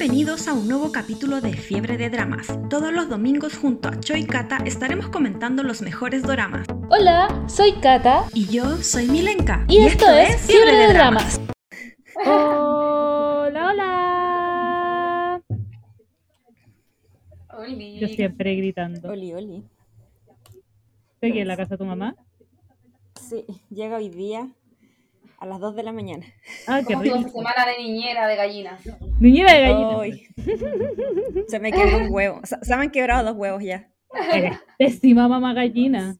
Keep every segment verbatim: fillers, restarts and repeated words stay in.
Bienvenidos a un nuevo capítulo de Fiebre de Dramas. Todos los domingos junto a Cho y Kata estaremos comentando los mejores doramas. Hola, soy Kata. Y yo soy Milenka. Y, y esto, esto es Fiebre de Dramas. Hola, hola. Oli. Yo siempre gritando. Oli, oli. ¿Estoy aquí en la casa de tu mamá? Sí, llega hoy día a las dos de la mañana. Ah, qué rico. Como semana de niñera de gallinas. Niñera de gallinas. Ay. Se me quebró un huevo. Se, se me han quebrado dos huevos ya. Eres pésima mamá gallina.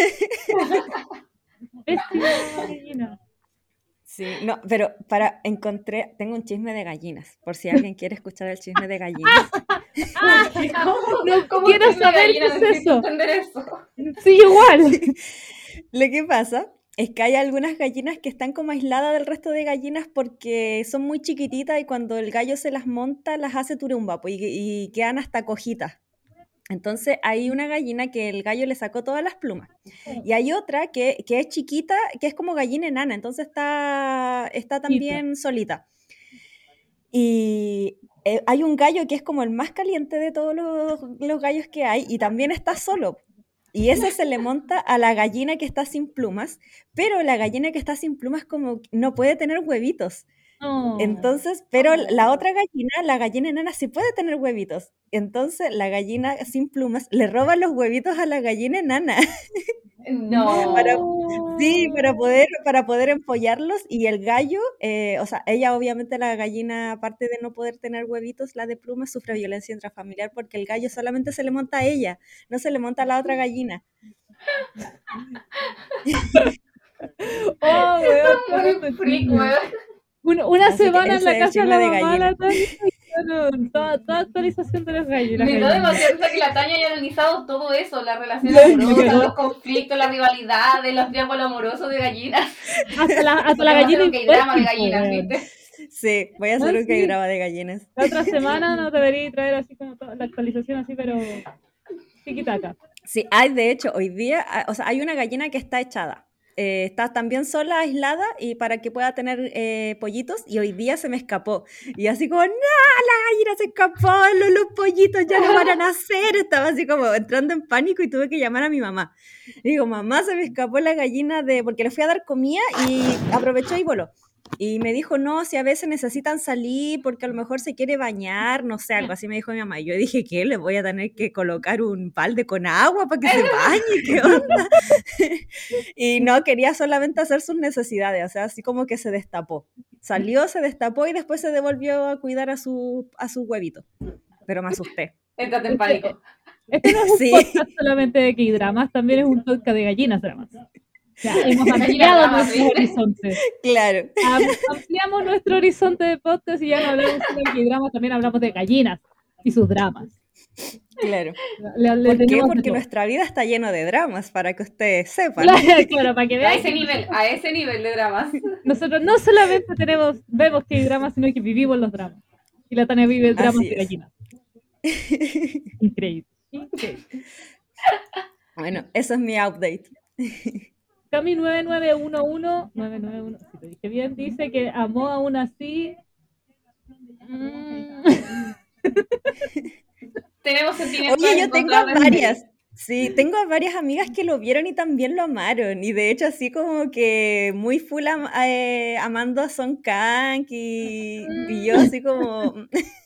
Pésima mamá gallina. Sí, no, pero para encontré, tengo un chisme de gallinas, por si alguien quiere escuchar el chisme de gallinas. Ah, ¿cómo, no ¿Cómo quiero chisme de saber gallina? qué es Necesito eso. entender eso. Sí, igual. Lo que pasa es que hay algunas gallinas que están como aisladas del resto de gallinas porque son muy chiquititas y cuando el gallo se las monta las hace turumba pues, y, y quedan hasta cojitas. Entonces hay una gallina que el gallo le sacó todas las plumas y hay otra que, que es chiquita, que es como gallina enana, entonces está, está también solita. Y eh, hay un gallo que es como el más caliente de todos los, los gallos que hay y también está solo. Y ese se le monta a la gallina que está sin plumas, pero la gallina que está sin plumas como no puede tener huevitos. Oh. Entonces, pero la otra gallina, la gallina enana, sí puede tener huevitos. Entonces, la gallina sin plumas le roba los huevitos a la gallina enana. No. Para, sí, para poder, para poder empollarlos. Y el gallo, eh, o sea, ella obviamente la gallina, aparte de no poder tener huevitos, la de plumas, sufre violencia intrafamiliar porque el gallo solamente se le monta a ella, no se le monta a la otra gallina. Oh, weón, Muy freak, weón. Una, una semana en la casa de la de mamá, gallina. la Tania, bueno, toda, toda actualización de los gallos. Me da gallinas. demasiado risa que la Tania haya analizado todo eso, las relaciones Sí, me amorosas, quedó. los conflictos, las rivalidades, los triángulos amorosos de gallinas. Hasta la, hasta la Vamos a hacer gallina un K-drama de infértil, gallinas, weón. ¿viste? Sí, voy a hacer Ah, un sí. K-drama de gallinas. La otra semana no debería traer así como toda la actualización así, pero tiquitaca. Sí, hay de hecho, hoy día, ah, o sea, hay una gallina que está echada. Eh, está también sola, aislada, y para que pueda tener eh, pollitos, y hoy día se me escapó. Y así como, ¡no! La gallina se escapó, los, los pollitos ya no van a nacer. Estaba así como entrando en pánico y tuve que llamar a mi mamá. Y digo, mamá, se me escapó la gallina de... porque le fui a dar comida y aprovechó y voló. Y me dijo, no, si a veces necesitan salir porque a lo mejor se quiere bañar, no sé, algo así me dijo mi mamá. Y yo dije, ¿qué? ¿Le voy a tener que colocar un balde con agua para que se bañe? ¿Qué onda? Y no, quería solamente hacer sus necesidades, o sea, así como que se destapó. Salió, se destapó y después se devolvió a cuidar a su, a su huevito. Pero me asusté. Entrate en pánico. Este no es un Sí. podcast solamente de K-dramas, también es un podcast de gallinas dramas. Ya, hemos Gallina ampliado drama, nuestros ¿sí? horizontes. Claro. Am- ampliamos nuestro horizonte de podcast y ya no hablamos solo de K-dramas, también hablamos de gallinas y sus dramas. Claro. Le- le ¿Por qué? tenemos de Porque todo. nuestra vida está lleno de dramas, para que ustedes sepan. Claro, claro, para que A vean. ese nivel, a ese nivel de dramas. Nosotros no solamente tenemos, vemos K-dramas, sino que vivimos los dramas. Y la Tania vive dramas Así de es. gallinas. Increíble. Increíble. Bueno, eso es mi update. Cami nueve nueve uno uno, nueve nueve uno, si lo dije bien, dice que amó aún así. Mm. Tenemos sentimientos Oye, yo tengo a encontrados. varias. Sí, tengo a varias amigas que lo vieron y también lo amaron. Y de hecho, así como que muy full am- eh, amando a Song Kang y, y yo así como...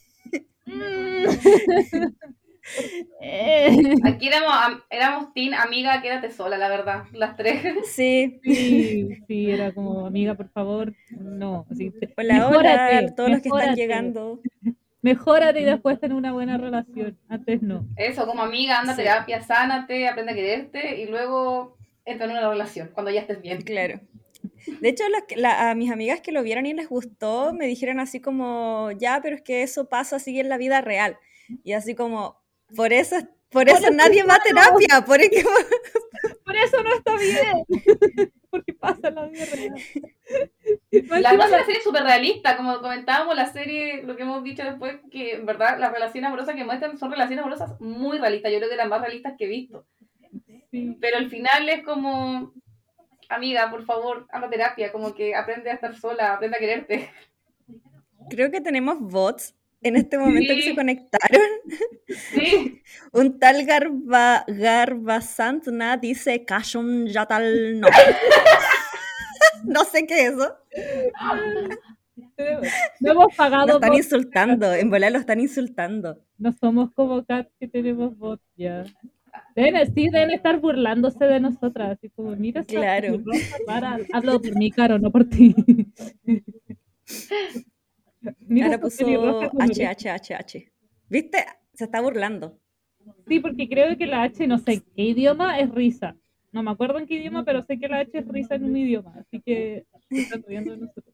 Eh, Aquí éramos, am- éramos teen, amiga, quédate sola, la verdad, las tres. Sí, sí, sí, era como, amiga, por favor, no. Así, te- hola, mejórate, hola, todos los que están mejórate, llegando. Mejórate y después ten una buena relación. Antes no. Eso, como amiga, anda a Sí. terapia, sánate, aprende a quererte y luego entra en una relación cuando ya estés bien. Claro. De hecho, los que- la- a mis amigas que lo vieron y les gustó, me dijeron así como, ya, pero es que eso pasa así en la vida real. Y así como, por eso, por eso eso nadie va a terapia, por eso... Por eso no está bien. Porque pasa en la vida real. Más La encima además es la- una serie súper realista, como comentábamos, la serie, lo que hemos dicho después, que en verdad las relaciones amorosas que muestran son relaciones amorosas muy realistas, yo creo que las más realistas que he visto. sí. Pero al final es como, amiga, por favor, anda a terapia, como que aprende a estar sola, aprende a quererte. Creo que tenemos bots en este momento que se Sí, conectaron. sí. Un tal Garba, Garbasantna dice Kashum Yatal no. No sé qué es eso. No hemos Lo pagado están bots, insultando, en volar lo están insultando. no somos como Kat que tenemos bots ya. Deben, sí, deben estar burlándose de nosotras, así como, mira esta Claro. pelirroja rara. Hablo por mí, Caro, no por ti. Mira Ahora esta pelirroja puso con H, orejas. H, H, H. ¿Viste? Se está burlando. Sí, porque creo que la H, no sé en qué idioma, es risa. No me acuerdo en qué idioma, pero sé que la H es risa en un idioma, así que se están riendo de nosotros.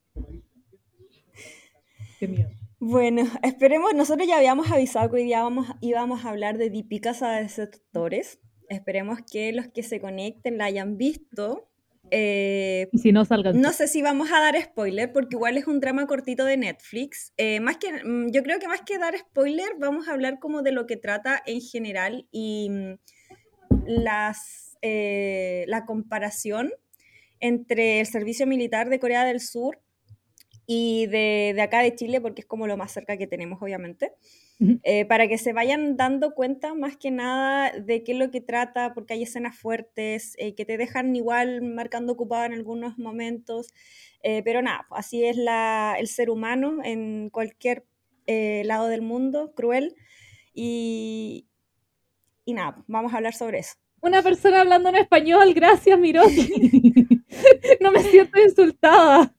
Qué miedo. Bueno, esperemos, nosotros ya habíamos avisado que hoy día vamos, íbamos a hablar de típicas a desertores. Esperemos que los que se conecten la hayan visto. Eh, Y si no, salgan. no sé si vamos a dar spoiler, porque igual es un drama cortito de Netflix. Eh, más que, mm, yo creo que más que dar spoiler, vamos a hablar como de lo que trata en general y mm, las, eh, la comparación entre el servicio militar de Corea del Sur y de, de acá de Chile, porque es como lo más cerca que tenemos, obviamente, Ujú. eh, para que se vayan dando cuenta más que nada de qué es lo que trata, porque hay escenas fuertes eh, que te dejan igual marcando ocupado en algunos momentos, eh, pero nada, así es la, el ser humano en cualquier eh, lado del mundo, cruel, y, y nada, vamos a hablar sobre eso. Una persona hablando en español, gracias, Miroki. No me siento insultada.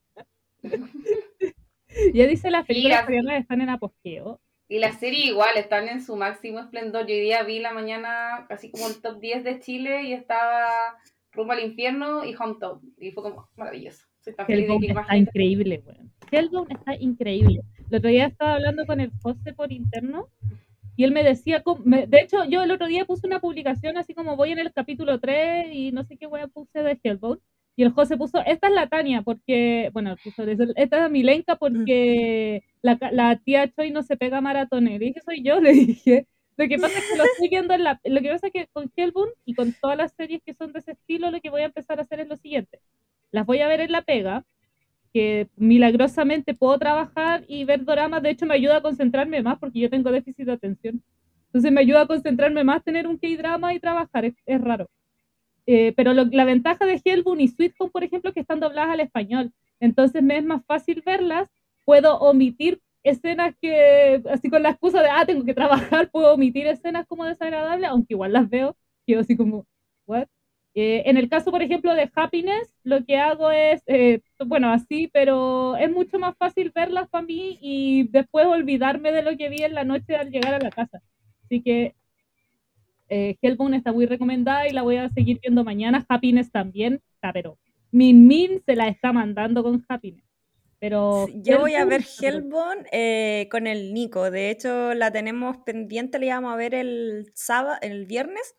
Ya dice las películas las- coreanas están en apogeo. Y las series igual están en su máximo esplendor. Yo hoy día vi la mañana casi como el top diez de Chile y estaba Rumbo al Infierno y Hometown. Y fue como maravilloso. Soy tan feliz de Hellbound que más está gente... increíble, weón. Hellbound está increíble. El otro día estaba hablando con el José por interno y él me decía, como- me- de hecho, yo el otro día puse una publicación así como voy en el capítulo tres y no sé qué weón puse de Hellbound. Y el José puso, esta es la Tania, porque, bueno, puso, esta es Milenka porque la, la tía Choi no se pega maratones. Le dije, soy yo, le dije. Lo que pasa es que lo estoy viendo en la... Lo que pasa es que con Hellbound y con todas las series que son de ese estilo, lo que voy a empezar a hacer es lo siguiente. Las voy a ver en la pega, que milagrosamente puedo trabajar y ver doramas. De hecho, me ayuda a concentrarme más porque yo tengo déficit de atención. Entonces me ayuda a concentrarme más tener un K-drama y trabajar. Es, es raro. Eh, pero lo, la ventaja de Hellbound y Sweet Home, por ejemplo, es que están dobladas al español. Entonces me es más fácil verlas. Puedo omitir escenas que, así con la excusa de, ah, tengo que trabajar, puedo omitir escenas como desagradables, aunque igual las veo. Quedo así como, what? Eh, en el caso, por ejemplo, de Happiness, lo que hago es, eh, bueno, así, pero es mucho más fácil verlas para mí y después olvidarme de lo que vi en la noche al llegar a la casa. Así que eh, Hellbound está muy recomendada y la voy a seguir viendo mañana. Happiness también está, pero Min Min se la está mandando con Happiness. Pero Sí, yo voy a Hellbound ver está, pero- Hellbound eh, con el Nico. De hecho, la tenemos pendiente, la íbamos a ver el sábado, el viernes.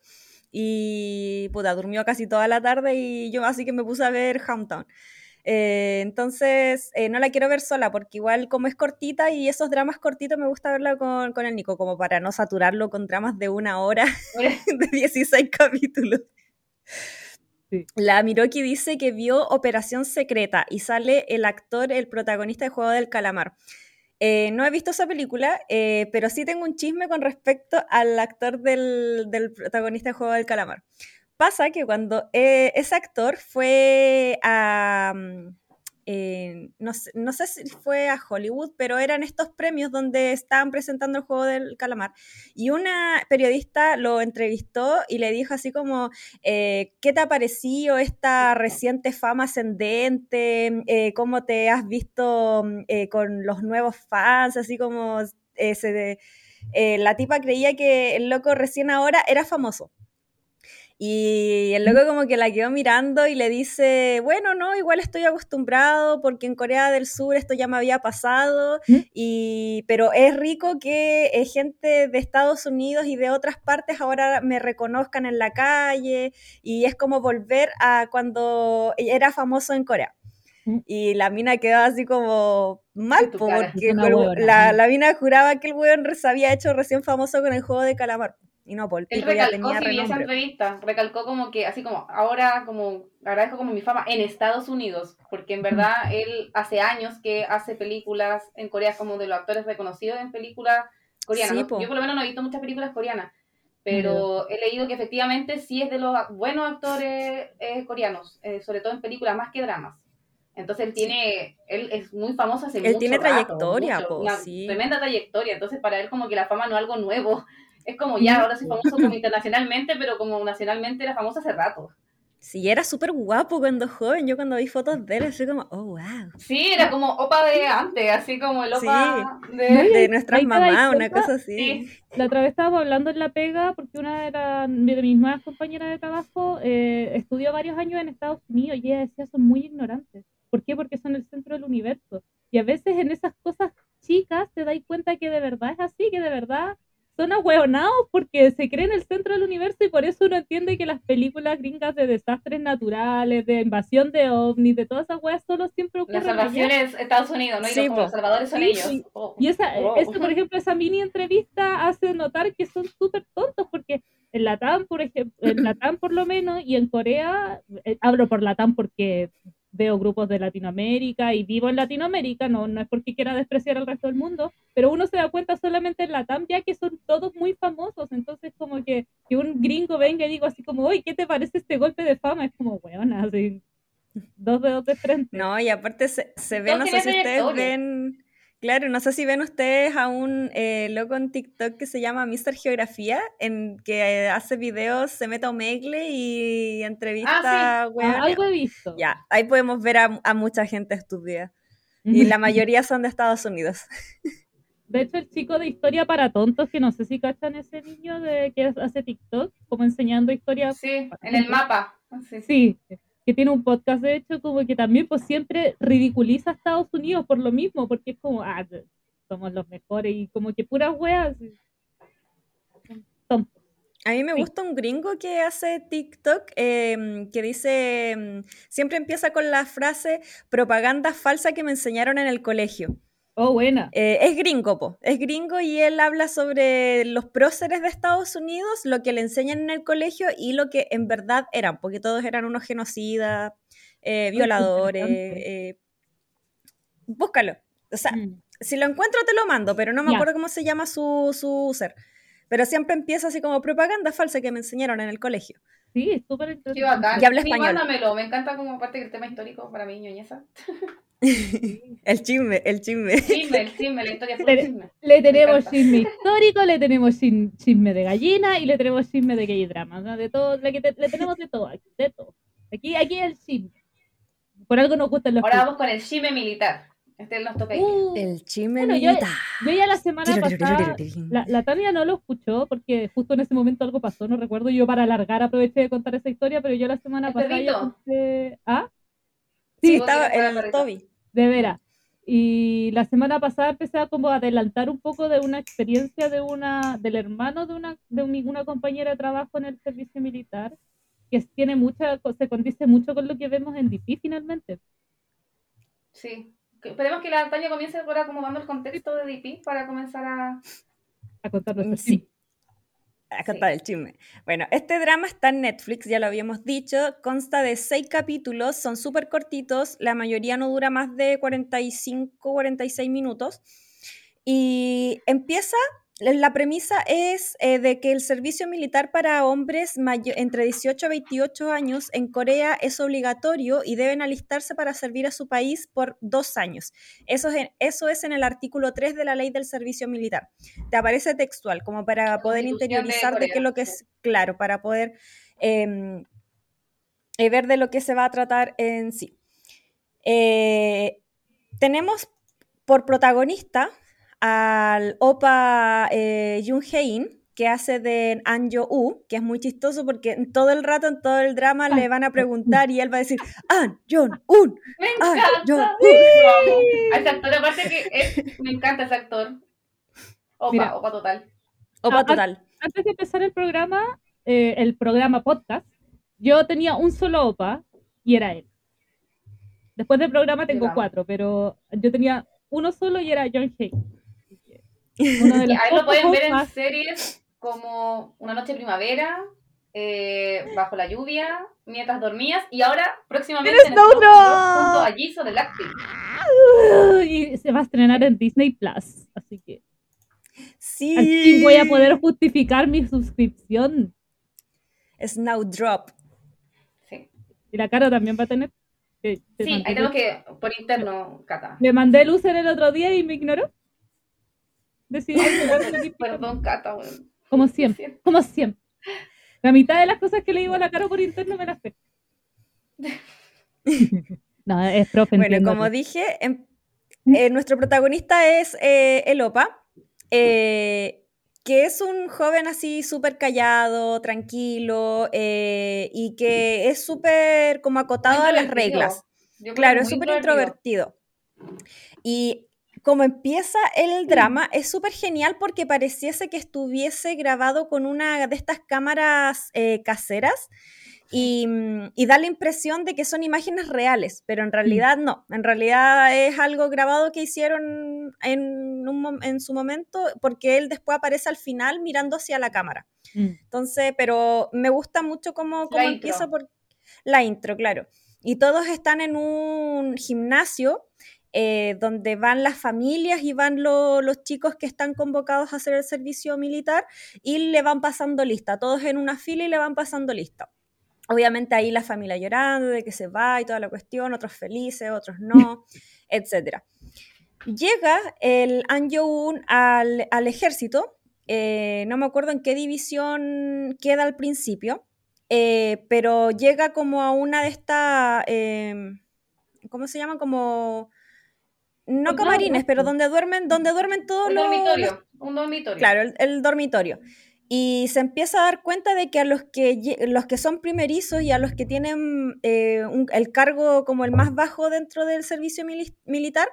Y puta, durmió casi toda la tarde y yo así que me puse a ver Hometown. Eh, entonces, eh, no la quiero ver sola porque igual como es cortita y esos dramas cortitos me gusta verla con, con el Nico, como para no saturarlo con dramas de una hora de dieciséis capítulos. Sí. La Miroki dice que vio Operación Secreta y sale el actor, el protagonista de Juego del Calamar. Eh, no he visto esa película, eh, pero sí tengo un chisme con respecto al actor del, del protagonista de Juego del Calamar. Pasa que cuando eh, ese actor fue a... mm, eh, no, sé, no sé si fue a Hollywood, pero eran estos premios donde estaban presentando el Juego del Calamar. Y una periodista lo entrevistó y le dijo así como, eh, ¿qué te ha parecido esta reciente fama ascendente? Eh, ¿Cómo te has visto eh, con los nuevos fans? Así como eh, se, eh, la tipa creía que el loco recién ahora era famoso. Y el loco como que la quedó mirando y le dice, bueno, no, igual estoy acostumbrado porque en Corea del Sur esto ya me había pasado, ¿Mm? y, pero es rico que eh, gente de Estados Unidos y de otras partes ahora me reconozcan en la calle y es como volver a cuando era famoso en Corea. ¿Mm? Y la mina quedó así como mal, po, porque Es una el- huevona. la, la mina juraba que el weón se había hecho recién famoso con el Juego de Calamar. Y no, pues el Él tipo ya recalcó, tenía si vi esa renombre. entrevista, recalcó como que, así como, ahora como agradezco como mi fama en Estados Unidos, porque en verdad él hace años que hace películas en Corea, como de los actores reconocidos en películas coreanas. Sí, No- yo po. por lo menos no he visto muchas películas coreanas, pero he leído que efectivamente sí es de los buenos actores eh, coreanos, eh, sobre todo en películas más que dramas. Entonces él Sí. tiene, él es muy famoso hace Él mucho tiene rato, trayectoria, mucho, po, una sí. tremenda trayectoria. Entonces para él como que la fama no es algo nuevo. Es como Sí. ya, ahora soy famoso como internacionalmente, pero como nacionalmente era famoso hace rato. Sí, era súper guapo cuando joven. Yo cuando vi fotos de él, así como, oh, wow. Sí, era como opa de antes, así como el Sí. opa de... No, y De ahí- nuestras ahí te das mamás, una cuenta, cosa así. Sí, La otra vez estábamos hablando en la pega porque una de, la- de mis nuevas compañeras de trabajo eh, estudió varios años en Estados Unidos y ella decía, son muy ignorantes. ¿Por qué? Porque son el centro del universo. Y a veces en esas cosas chicas te das cuenta que de verdad es así, que de verdad son ahueonados porque se creen el centro del universo y por eso uno entiende que las películas gringas de desastres naturales, de invasión de ovnis, de todas esas weas solo siempre la ocurren salvación allá. es Estados Unidos, ¿no? Y Sí, los, como po. los salvadores son Sí, ellos. y- Oh, Y esa, wow. eso, por ejemplo, esa mini entrevista hace notar que son súper tontos, porque en Latam, por ejemplo, en Latam por lo menos, y en Corea, eh, hablo por Latam porque veo grupos de Latinoamérica y vivo en Latinoamérica, no, no es porque quiera despreciar al resto del mundo, pero uno se da cuenta solamente en Latam ya que son todos muy famosos, entonces como que, que un gringo venga y diga así como, oye, ¿qué te parece este golpe de fama? Es como, weón, así, dos dedos de frente. No, y aparte se, se ve, Todos no sé tienen si ustedes trayectoria. ven, claro, no sé si ven ustedes a un eh, loco en TikTok que se llama míster Geografía, en que eh, hace videos, se mete a Omegle y entrevista Ah, a Ah, hueones. algo he visto. Ya, ahí podemos ver a, a mucha gente estúpida. Y la mayoría son de Estados Unidos. De hecho, el chico de Historia para Tontos, que no sé si cachan ese niño de que hace TikTok, como enseñando historia. Sí, para en el tontos. mapa. Sí. Sí, que tiene un podcast, de hecho, como que también pues siempre ridiculiza a Estados Unidos por lo mismo, porque es como, ah, somos los mejores y como que puras weas. Tontos. A mí me Sí. gusta un gringo que hace TikTok eh, que dice, mm, siempre empieza con la frase propaganda falsa que me enseñaron en el colegio. Oh, buena. Eh, es gringo, po. Es gringo y él habla sobre los próceres de Estados Unidos, lo que le enseñan en el colegio y lo que en verdad eran, porque todos eran unos genocidas, eh, qué violadores. interesante. eh, Búscalo. O sea, Mm. si lo encuentro te lo mando, pero no me Ya. acuerdo cómo se llama su, su ser. Pero siempre empieza así como propaganda falsa que me enseñaron en el colegio. Sí, es súper Qué interesante. bacán. Y habla Sí, español. mándamelo. Me encanta como parte del tema histórico para mí, ñoñeza. El chisme, el chisme. Chisme, el chisme, la historia es Le, chisme. le Me tenemos encanta. chisme histórico, le tenemos chin- chisme de gallina y le tenemos chisme de gay drama. ¿No? De todo, le, le- le tenemos de todo, aquí, de todo. Aquí, aquí el chisme. Por algo nos gustan los Ahora chismes. vamos con el chisme militar. Este nos toca ahí. Uh, El chisme Bueno, yo- militar. Yo ya la semana pasada, la, la Tania no lo escuchó porque justo en ese momento algo pasó, no recuerdo. Yo para alargar aproveché de contar esa historia, pero yo la semana ¿El pasada ya perrito? conté... ¿Ah? Sí, Sí, estaba porque fue la el perrita. Toby. de veras. Y la semana pasada empecé a como adelantar un poco de una experiencia de una, del hermano de una, de un- una compañera de trabajo en el servicio militar, que tiene mucha, se condice mucho con lo que vemos en D P finalmente. Sí. Que- Esperemos que la Tania comience ahora como dando el contexto de D P para comenzar a... A contar nuestro Sí. chisme. A contar el chisme. Bueno, este drama está en Netflix, ya lo habíamos dicho, consta de seis capítulos, son súper cortitos, la mayoría no dura más de cuarenta y cinco, cuarenta y seis minutos, y empieza, la premisa es eh, de que el servicio militar para hombres mayo- entre dieciocho a veintiocho años en Corea es obligatorio y deben alistarse para servir a su país por dos años. Eso es en, eso es en el artículo tres de la ley del servicio militar. Te aparece textual, como para poder Constitución de interiorizar de, Corea, qué es lo que sí. es, claro, para poder eh, eh, ver de lo que se va a tratar en sí. Eh, tenemos por protagonista al opa eh, Yoon Hae-in, que hace de An Yo-woo, que es muy chistoso porque en todo el rato, en todo el drama, le van a preguntar y él va a decir An Yeon-un, ¡Me An encanta! Yeon-un. Lo amo. A ese actor, aparte que es, me encanta ese actor. Opa, Mira. opa total. Opa Ah, total. Antes de empezar el programa, eh, el programa podcast, yo tenía un solo opa y era él. Después del programa tengo Digamos. cuatro, pero yo tenía uno solo y era John Hay. Uno de Y los ahí lo pueden pocos ver en opas- series como una noche de primavera, eh, bajo la lluvia, mientras dormías, y ahora próximamente en ¡Tienes Snow otro! junto a Jisoo de Blackpink. Y se va a estrenar en Disney Plus, así que Sí. al fin voy a poder justificar mi suscripción. Snowdrop. Sí, Y la Caro también va a tener. Te- te sí mandé ahí tenemos luz. que, por interno, Cata. Le mandé Lucer el otro día y me ignoró. Decidí ignorar olímpicamente. Perdón, Cata, weón. Como Lo siempre, siento. como siempre. La mitad de las cosas que le digo a la Caro por interno me las sé. No, es profe, Bueno, entiendo. como dije, em- eh, nuestro protagonista es eh, el Opa, eh, que es un joven así súper callado, tranquilo, eh, y que es súper como acotado a las Introvertido. reglas. Yo creo Claro, que es muy súper introvertido. Y como empieza el drama, es súper genial porque pareciese que estuviese grabado con una de estas cámaras eh, caseras y, mm, y da la impresión de que son imágenes reales, pero en realidad no. En realidad es algo grabado que hicieron en, un mom- en su momento porque él después aparece al final mirando hacia la cámara. Mm. Entonces, pero me gusta mucho cómo, La cómo intro. empieza por la intro, claro. Y todos están en un gimnasio eh, donde van las familias y van lo- los chicos que están convocados a hacer el servicio militar y le van pasando lista, todos en una fila y le van pasando lista. Obviamente ahí la familia llorando de que se va y toda la cuestión, otros felices, otros no, etcétera. Llega el An Yo-un al, al ejército, eh, no me acuerdo en qué división queda al principio, eh, pero llega como a una de estas, eh, ¿cómo se llama? Como, no Soldado camarines, raso. pero donde duermen, donde duermen todos Un los... los- dormitorio, un dormitorio. Claro, el, el dormitorio. Y se empieza a dar cuenta de que a los que, lle- los que son primerizos y a los que tienen eh, un- el cargo como el más bajo dentro del servicio mili- militar,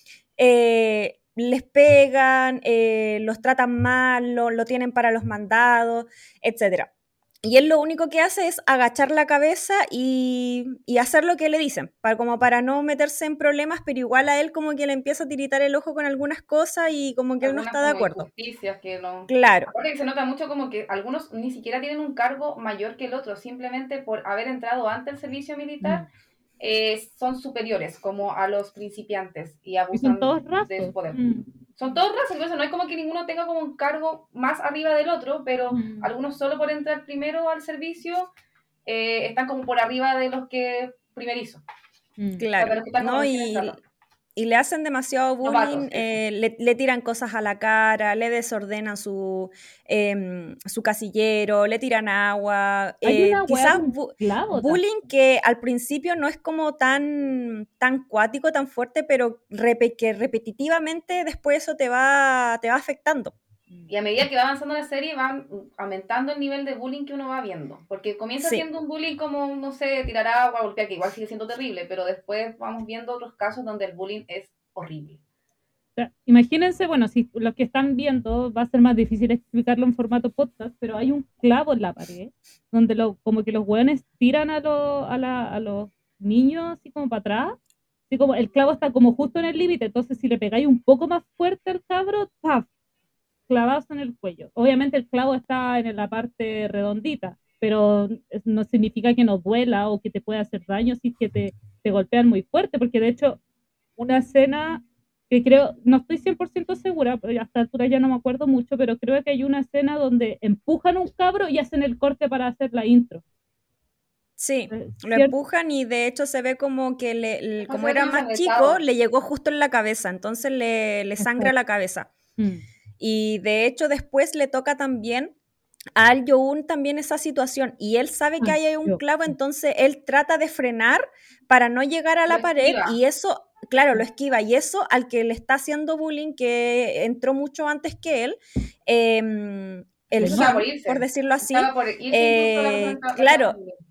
eh, les pegan, eh, los tratan mal, lo, lo tienen para los mandados, etcétera. Y él lo único que hace es agachar la cabeza y, y hacer lo que le dicen, para, como para no meterse en problemas, pero igual a él como que le empieza a tiritar el ojo con algunas cosas y como que él no Algunas está de como acuerdo. injusticias que no... Claro, Aparte que se nota mucho como que algunos ni siquiera tienen un cargo mayor que el otro, simplemente por haber entrado antes del servicio militar, eh, son superiores como a los principiantes y Y abusan son todos de rasos. su poder. Mm. Son todos razas, entonces no es como que ninguno tenga como un cargo más arriba del otro, pero Mm. algunos solo por entrar primero al servicio eh, están como por arriba de los que primerizos. Mm. O sea, de claro. los que están como ¿No? recién Y, entrando. y le hacen demasiado bullying, Novatos, eso. eh, le, le tiran cosas a la cara, le desordenan su, em, su casillero, le tiran agua. Hay eh, una wea quizás de un bu- clavo bullying que al principio no es como tan, tan cuático, tan fuerte, pero repe- que repetitivamente después eso te va, te va afectando. también. Y a medida que va avanzando la serie, van aumentando el nivel de bullying que uno va viendo. Porque comienza Sí. siendo un bullying como, no sé, tirar agua, golpear, que igual sigue siendo terrible, pero después vamos viendo otros casos donde el bullying es horrible. O sea, imagínense, bueno, si los que están viendo va a ser más difícil explicarlo en formato podcast, pero hay un clavo en la pared donde lo, como que los hueones tiran a, lo- a, la- a los niños así como para atrás, así como el clavo está como justo en el límite, entonces si le pegáis un poco más fuerte al cabro, ¡paf! Clavazo en el cuello. Obviamente el clavo está en la parte redondita, pero es- no significa que no duela o que te pueda hacer daño si es que te, te golpean muy fuerte, porque de hecho una escena que creo, no estoy cien por ciento segura, pero a esta altura ya no me acuerdo mucho, pero creo que hay una escena donde empujan un cabro y hacen el corte para hacer la intro. Sí, Eh, lo ¿cierto? empujan y de hecho se ve como que le, le- No, como se ve era como más chico, ensangrentado. le llegó justo en la cabeza, entonces le, le sangra la cabeza. Mm. Y de hecho después le toca también a Al Youn también esa situación y él sabe que Ah, ahí hay un yo- clavo, entonces él trata de frenar para no llegar a la Lo pared esquiva. y eso, claro, lo esquiva y eso al que le está haciendo bullying, que entró mucho antes que él, eh, el Pero Estaba Juan, por irse. por decirlo así, Estaba por irse incluso la persona eh, que estaba- claro, estaba por-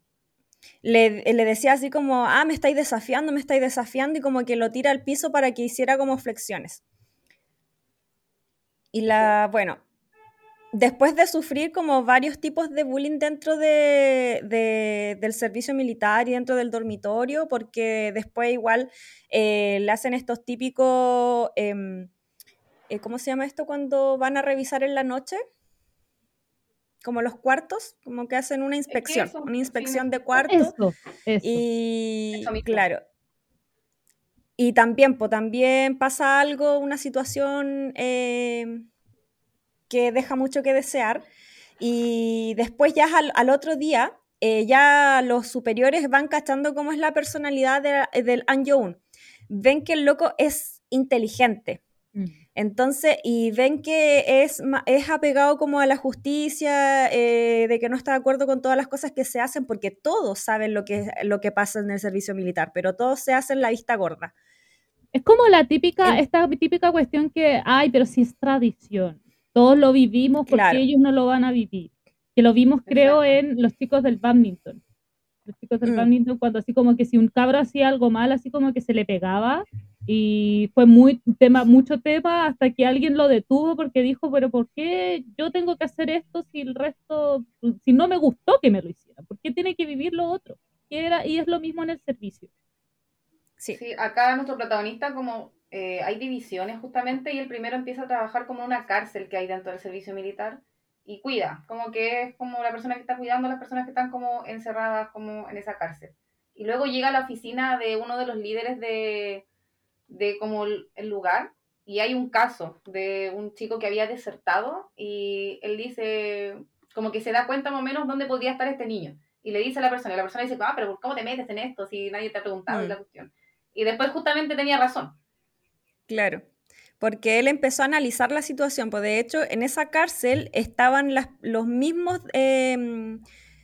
le, le decía así como, ah, me estáis desafiando, me estáis desafiando, y como que lo tira al piso para que hiciera como flexiones. Y la, bueno, después de sufrir como varios tipos de bullying dentro de, de- del servicio militar y dentro del dormitorio, porque después igual eh, le hacen estos típicos, em, eh, ¿cómo se llama esto cuando van a revisar en la noche? como los cuartos, como que hacen una inspección, eso, una inspección sí, de cuartos. Eso, eso. Y Eso mismo. claro. Y también, pues también pasa algo, una situación eh, que deja mucho que desear. Y después ya al, al otro día, eh, ya los superiores van cachando cómo es la personalidad de, del An Yoon. Ven que el loco es inteligente. Mm. Entonces, y ven que es, es apegado como a la justicia, eh, de que no está de acuerdo con todas las cosas que se hacen, porque todos saben lo que, lo que pasa en el servicio militar, pero todos se hacen la vista gorda. Es como la típica, En- esta típica cuestión que, ay, pero si es tradición. Todos lo vivimos porque Claro. ellos no lo van a vivir. Que lo vimos, creo, Exacto. en los chicos del badminton. Los chicos del Mm. badminton, cuando así como que si un cabro hacía algo mal, así como que se le pegaba. Y fue muy tema, mucho tema hasta que alguien lo detuvo porque dijo, pero ¿por qué yo tengo que hacer esto si el resto, si no me gustó que me lo hiciera? ¿Por qué tiene que vivir lo otro? Que era, y es lo mismo en el servicio. Sí. Sí, acá nuestro protagonista como eh, hay divisiones justamente y el primero empieza a trabajar como en una cárcel que hay dentro del servicio militar y cuida, como que es como la persona que está cuidando a las personas que están como encerradas como en esa cárcel. Y luego llega a la oficina de uno de los líderes de, de como el, el lugar y hay un caso de un chico que había desertado y él dice, como que se da cuenta más o menos dónde podría estar este niño. Y le dice a la persona, y la persona dice, ah, pero ¿cómo te metes en esto si nadie te ha preguntado Mm. y la cuestión? Y después justamente tenía razón. Claro, porque él empezó a analizar la situación, pues de hecho en esa cárcel estaban las, los mismos eh,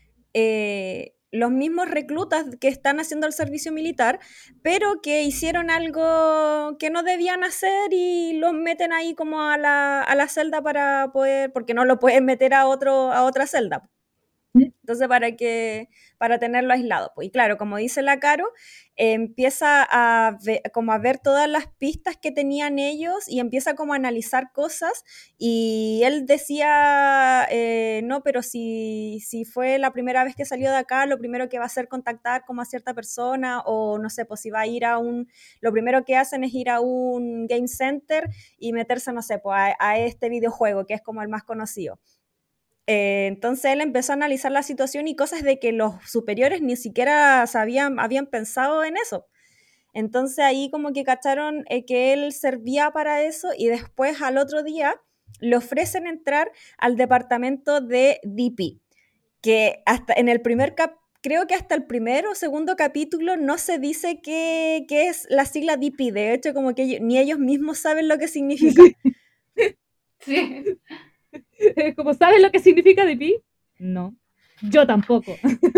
eh, los mismos reclutas que están haciendo el servicio militar, pero que hicieron algo que no debían hacer y los meten ahí como a la, a la celda para poder, porque no lo pueden meter a otro, a otra celda. Entonces, para que para tenerlo aislado. Pues, y claro, como dice la Caro, eh, empieza a ver, como a ver todas las pistas que tenían ellos y empieza como a analizar cosas. Y él decía, eh, no, pero si, si fue la primera vez que salió de acá, lo primero que va a hacer es contactar como a cierta persona o no sé, pues si va a ir a un... Lo primero que hacen es ir a un game center y meterse, no sé, pues a, a este videojuego que es como el más conocido. Eh, entonces él empezó a analizar la situación y cosas de que los superiores ni siquiera sabían, habían pensado en eso. Entonces ahí como que cacharon eh, que él servía para eso y después al otro día le ofrecen entrar al departamento de D P, que hasta en el primer cap creo que hasta el primer o segundo capítulo no se dice qué, qué es la sigla D P, de hecho como que ellos, ni ellos mismos saben lo que significa. Sí. Como, ¿sabes lo que significa D P? No. Yo tampoco.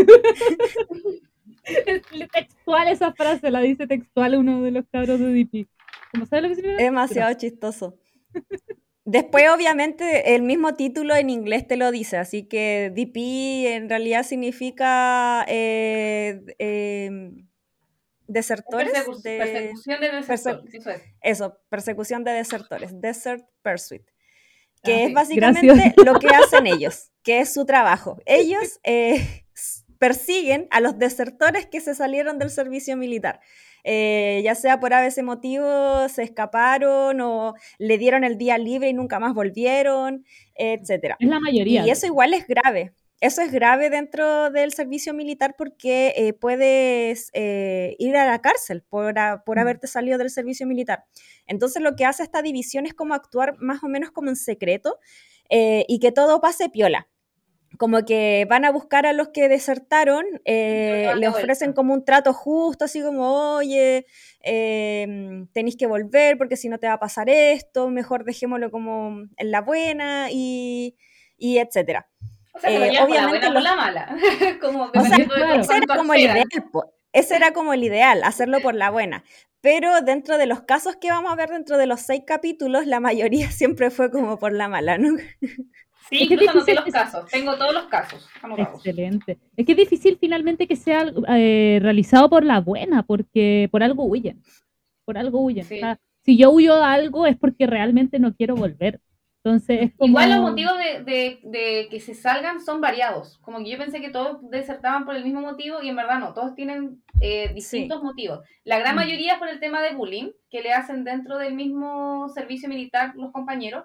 Es textual esa frase, la dice textual uno de los cabros de D P. ¿Cómo sabes lo que significa? Es demasiado chistoso. Después, obviamente, el mismo título en inglés te lo dice, así que D P en realidad significa eh, eh, desertores. Persecu De, persecución de desertor, perse eso es. Eso, persecución de desertores, Desert Pursuit, que Ah, es sí. básicamente Gracias. lo que hacen ellos, que es su trabajo. Ellos eh, persiguen a los desertores que se salieron del servicio militar. Eh, ya sea por a veces motivo se escaparon o le dieron el día libre y nunca más volvieron, etcétera. Es la mayoría. Y eso igual es grave. Eso es grave dentro del servicio militar porque eh, puedes eh, ir a la cárcel por, a, por haberte salido del servicio militar. Entonces lo que hace esta división es como actuar más o menos como en secreto eh, y que todo pase piola. Como que van a buscar a los que desertaron, eh, le ofrecen como un trato justo, así como, oye, eh, tenéis que volver porque si no te va a pasar esto, mejor dejémoslo como en la buena y, y etcétera. O sea, se lo Eh, llevan por la obviamente buena o los- por la mala. Como O sea, dependiendo de claro. ese era cuánto como el esperan. ideal, po. Ese era como el ideal, hacerlo por la buena. Pero dentro de los casos que vamos a ver dentro de los seis capítulos, la mayoría siempre fue como por la mala, ¿no? Sí, Es que incluso anoté difícil los es- casos. Tengo todos los casos anotados. Excelente. Es que es difícil finalmente que sea eh, realizado por la buena, porque por algo huyen. Por algo huyen. Sí. O sea, si yo huyo de algo es porque realmente no quiero volver. Entonces es como... Igual los motivos de, de, de que se salgan son variados. Como que yo pensé que todos desertaban por el mismo motivo y en verdad no. Todos tienen eh, distintos Sí. motivos. La gran Mm. mayoría es por el tema de bullying que le hacen dentro del mismo servicio militar los compañeros.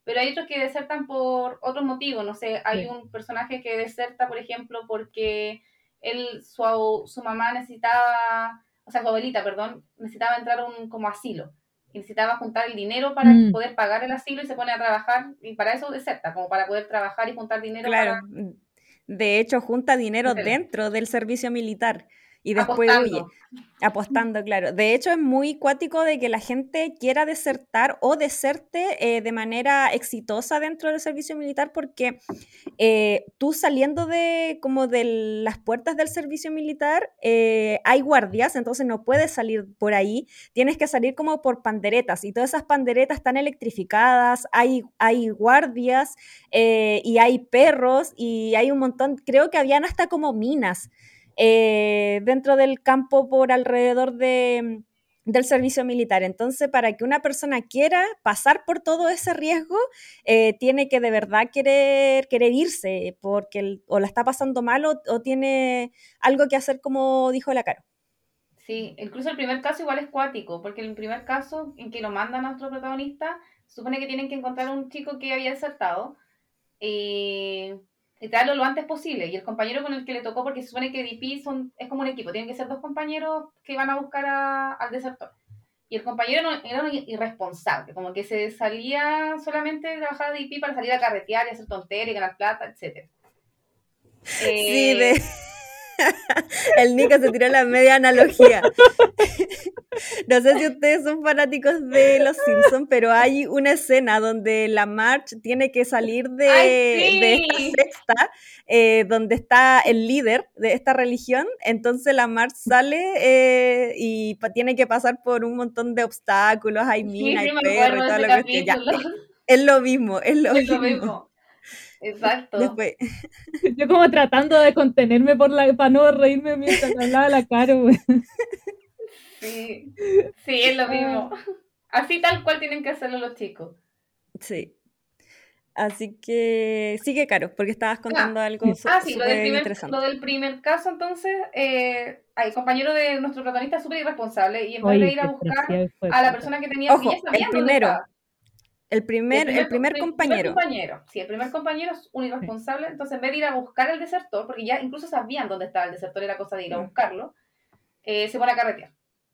pero hay otros que desertan por otros motivos, no sé, hay Sí. un personaje que deserta, por ejemplo, porque él, su, su mamá necesitaba, o sea, su abuelita, perdón, necesitaba entrar a un como asilo, y necesitaba juntar el dinero para Mm. poder pagar el asilo y se pone a trabajar, y para eso deserta, como para poder trabajar y juntar dinero Claro, para de hecho junta dinero meterlo. dentro del servicio militar y después huye, Apostando. apostando, claro. De hecho es muy cuático de que la gente quiera desertar o deserte eh, de manera exitosa dentro del servicio militar porque eh, tú saliendo de como de las puertas del servicio militar eh, hay guardias, entonces no puedes salir por ahí, tienes que salir como por panderetas y todas esas panderetas están electrificadas, hay, hay guardias eh, y hay perros y hay un montón, creo que habían hasta como minas eh, dentro del campo por alrededor de, del servicio militar. Entonces, para que una persona quiera pasar por todo ese riesgo, eh, tiene que de verdad querer, querer irse, porque el, o la está pasando mal o, o tiene algo que hacer, como dijo la Caro. Sí, incluso el primer caso igual es cuático, porque el primer caso en que lo mandan a nuestro protagonista, se supone que tienen que encontrar a un chico que había desertado y, y traerlo lo antes posible. Y el compañero con el que le tocó, porque se supone que D P son, es como un equipo, tienen que ser dos compañeros que van a buscar a, al desertor. Y el compañero no, era un irresponsable, como que se salía solamente de trabajar de D P para salir a carretear y hacer tonterías y ganar plata, etcétera. Eh, Sí, de... el Nico se tiró la media analogía. No sé si ustedes son fanáticos de Los Simpsons, pero hay una escena donde la Marge tiene que salir de, ¡Ay, sí! de esta secta, eh, donde está el líder de esta religión. Entonces la Marge sale eh, y pa- tiene que pasar por un montón de obstáculos, hay Sí, mina, sí, hay me perro acuerdo y de todo ese lo que esté. Ya, capítulo. es lo mismo, es lo Es lo mismo. mismo. Exacto. Después, Yo como tratando de contenerme por la, para no reírme mientras hablaba la Caro, güey. Sí, sí, es lo mismo. Así tal cual tienen que hacerlo los chicos. sí. Así que sigue Caro, porque estabas contando Ah, algo su- ah, sí, lo del súper primer, interesante. lo del primer caso, entonces, eh, el compañero de nuestro protagonista es súper irresponsable y en vez de Oye, ir a buscar desgraciado, hijo de a la puta. persona que tenía, porque ya Ojo, el sabían dónde primero, estaba. el El primer, el primer, primer prim- primer compañero. compañero, sí, el primer compañero es un irresponsable, entonces en vez de ir a buscar al desertor, porque ya incluso sabían dónde estaba el desertor, era cosa de ir a Mm. buscarlo, eh, se pone a carretear.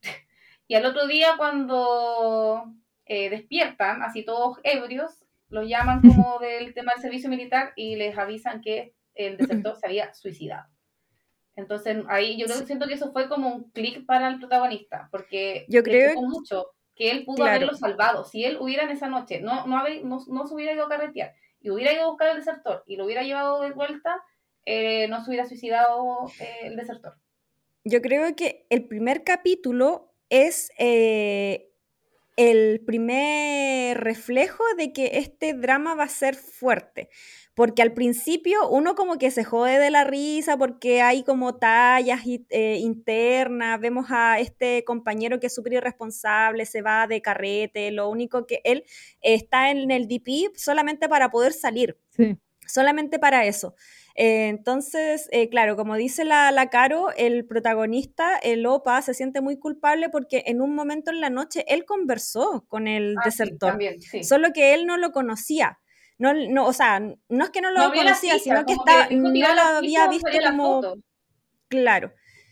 Y al otro día cuando eh, despiertan, así todos ebrios, los llaman como del tema del servicio militar y les avisan que el desertor se había suicidado. Entonces ahí yo creo, siento que eso fue como un clic para el protagonista, porque Yo le creo, chocó mucho que él pudo claro, haberlo salvado. Si él hubiera en esa noche, no, no, haber- no, no se hubiera ido a carretear y hubiera ido a buscar al desertor y lo hubiera llevado de vuelta, eh, no se hubiera suicidado eh, el desertor. yo creo que el primer capítulo es eh, el primer reflejo de que este drama va a ser fuerte. Porque al principio uno como que se jode de la risa porque hay como tallas eh, internas, vemos a este compañero que es súper irresponsable, se va de carrete, lo único que él eh, está en el D P solamente para poder salir. Sí. Solamente para eso. Eh, entonces, eh, claro, como dice la, la Caro, el protagonista, el Opa, se siente muy culpable porque en un momento en la noche él conversó con el Ah, sí, desertor, también, sí. solo que él no lo conocía. No, no, o sea, no es que no lo No vio la conocía, ficha, sino que como estaba, que dijo que no iba a lo la había ficha o visto salía la como foto. claro.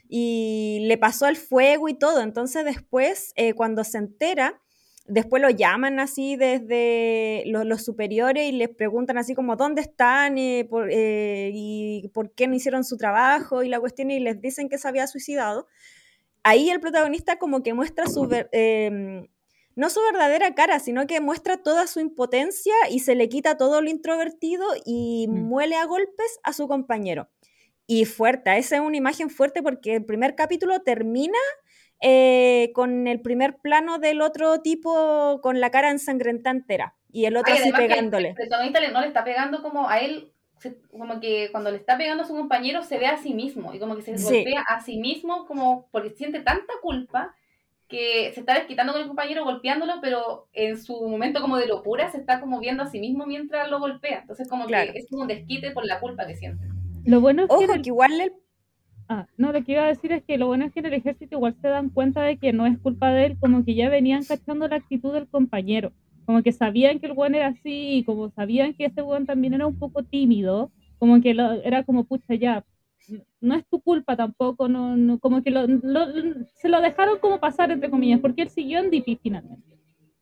Y le pasó el fuego y todo. Entonces después, eh, cuando se entera, después lo llaman así desde los, los superiores y les preguntan así como dónde están eh, por, eh, y por qué no hicieron su trabajo y la cuestión y les dicen que se había suicidado. Ahí el protagonista como que muestra su... ver- eh, no su verdadera cara, sino que muestra toda su impotencia y se le quita todo lo introvertido y Mm. muele a golpes a su compañero. Y fuerte, esa es una imagen fuerte porque el primer capítulo termina eh, con el primer plano del otro tipo con la cara ensangrentada entera y el otro Ay, así además que el, el pegándole. protagonista le- no le está pegando como a él, se- como que cuando le está pegando a su compañero se ve a sí mismo y como que se Sí. golpea a sí mismo como porque siente tanta culpa que se está desquitando con el compañero golpeándolo, pero en su momento como de locura se está como viendo a sí mismo mientras lo golpea. Entonces como Claro. que es como un desquite por la culpa que siente. Lo bueno es que, en Ojo, el... que igual el... ah, no, lo que iba a decir es que lo bueno es que en el ejército igual se dan cuenta de que no es culpa de él, como que ya venían cachando la actitud del compañero. Como que sabían que el weón era así, y como sabían que ese weón también era un poco tímido, como que lo, era como, pucha, ya, no es tu culpa tampoco, no, no como que lo, lo, se lo dejaron como pasar, entre comillas, porque él siguió en D P finalmente.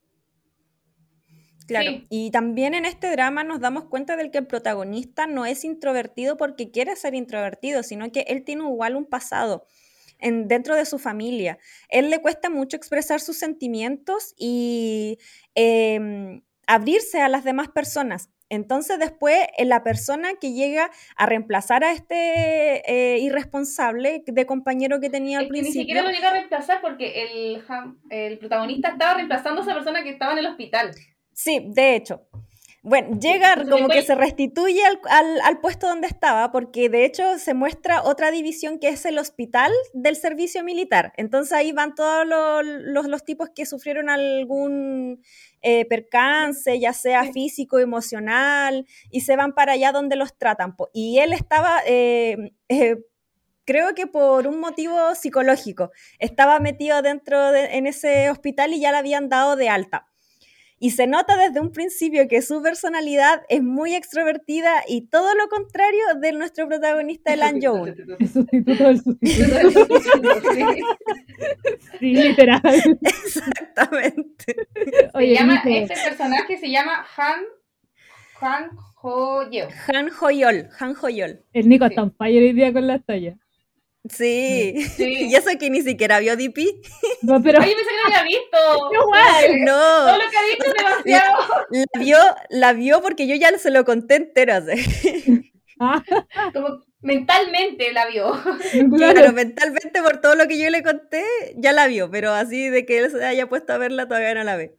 Claro, Sí. y también en este drama nos damos cuenta de que el protagonista no es introvertido porque quiere ser introvertido, sino que él tiene igual un pasado en, dentro de su familia. Él le cuesta mucho expresar sus sentimientos y eh, abrirse a las demás personas. Entonces después eh, la persona que llega a reemplazar a este eh, irresponsable de compañero que tenía al Es que ni siquiera principio, lo llega a reemplazar porque el, Ham- el protagonista estaba reemplazando a esa persona que estaba en el hospital. sí, de hecho. Bueno, llega Entonces como que después, se restituye al, al- al puesto donde estaba, porque de hecho se muestra otra división que es el hospital del servicio militar. Entonces ahí van todos los, los- los tipos que sufrieron algún eh, percance, ya sea sí, físico, emocional, y se van para allá donde los tratan, po. Y él estaba, eh, eh, creo que por un motivo psicológico, estaba metido dentro de, en ese hospital y ya le habían dado de alta. Y se nota desde un principio que su personalidad es muy extrovertida y todo lo contrario de nuestro protagonista, Elan Yoon. El sustituto del sustituto. sí. Sí, literal. Exactamente. Se Oye, llama, Nico, ese personaje se llama Han, Han Ho-yeo. Han Hoyol, Han Hoyol. el Nico Sí. está on fire hoy día con las tallas. Sí. Sí. Y eso que ni siquiera vio D P. No, pero Ay, yo pensé que lo había visto. Igual. Todo No. lo que ha dicho es demasiado. La vio, la vio porque yo ya se lo conté entero. Así. ah, Como mentalmente la vio. Claro, claro. mentalmente por todo lo que yo le conté, ya la vio, pero así de que él se haya puesto a verla todavía no la ve.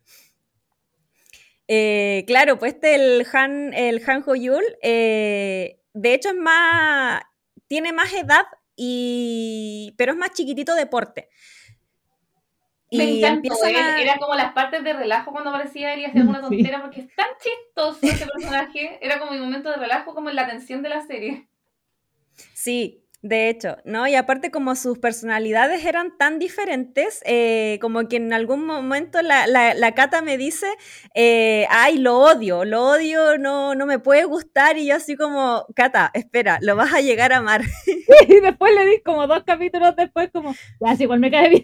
Eh, claro, pues este el Han, el Han Ho-yul, eh, de hecho es más, tiene más edad, y, pero es más chiquitito de porte. Me Y encantó empiezan él. a... Era como las partes de relajo cuando aparecía él y hacía alguna Sí. tontera porque es tan chistoso ese personaje. Era como mi momento de relajo, como en la tensión de la serie. Sí, de hecho, ¿no? Y aparte como sus personalidades eran tan diferentes, eh, como que en algún momento la, la, la Cata me dice, eh, ay, lo odio, lo odio, no, no me puede gustar, y yo así como, Cata, espera, lo vas a llegar a amar. Y después le di como dos capítulos después, como, ya, sí, igual me cae bien.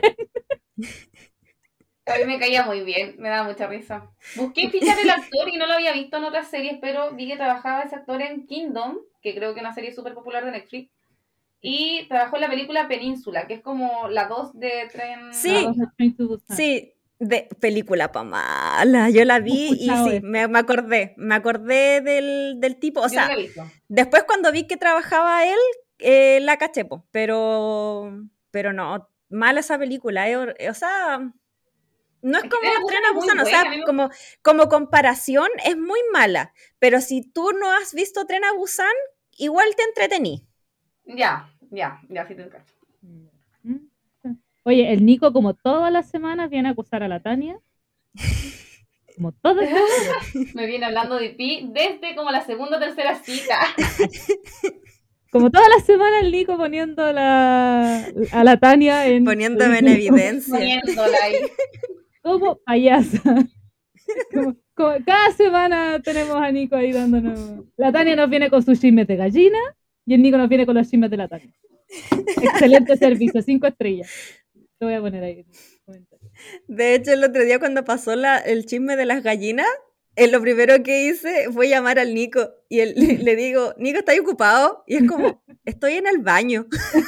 A mí me caía muy bien, me daba mucha risa. Busqué fichar el actor y no lo había visto en otras series, pero vi que trabajaba ese actor en Kingdom, que creo que es una serie súper popular de Netflix. Y trabajó en la película Península, que es como la dos de Tren... Sí. Vamos a Train to Busan. Sí, de película pa' mala, yo la vi y escuchado sí, eso. me, me acordé, me acordé del, del tipo, o Yo sea, no la he visto. después cuando vi que trabajaba él, eh, la caché, po, pero, pero no, mala esa película, eh, or- o sea, no es Es que como Tren a Busan Tren a es muy Busan, o buena, a sea, mí me- como, como comparación es muy mala, pero si tú no has visto Tren a Busan, igual te entretení. Ya, ya, ya, sí te encacho. Mm. Oye, el Nico, como todas las semanas, viene a acusar a la Tania. Como todas las semanas. Me viene hablando de Pi desde como la segunda o tercera cita. Como todas las semanas, el Nico poniendo la, a la Tania en. Poniéndome en evidencia. Poniéndola ahí. Como payasa. Como, como cada semana tenemos a Nico ahí dándonos. La Tania nos viene con sus chismes de gallina y el Nico nos viene con los chismes de la Tania. Excelente servicio, cinco estrellas. Lo voy a poner ahí en el comentario. De hecho, el otro día cuando pasó la, el chisme de las gallinas, eh, lo primero que hice fue llamar al Nico y él, le, le digo, Nico, ¿estás ocupado? Y es como, estoy en el baño.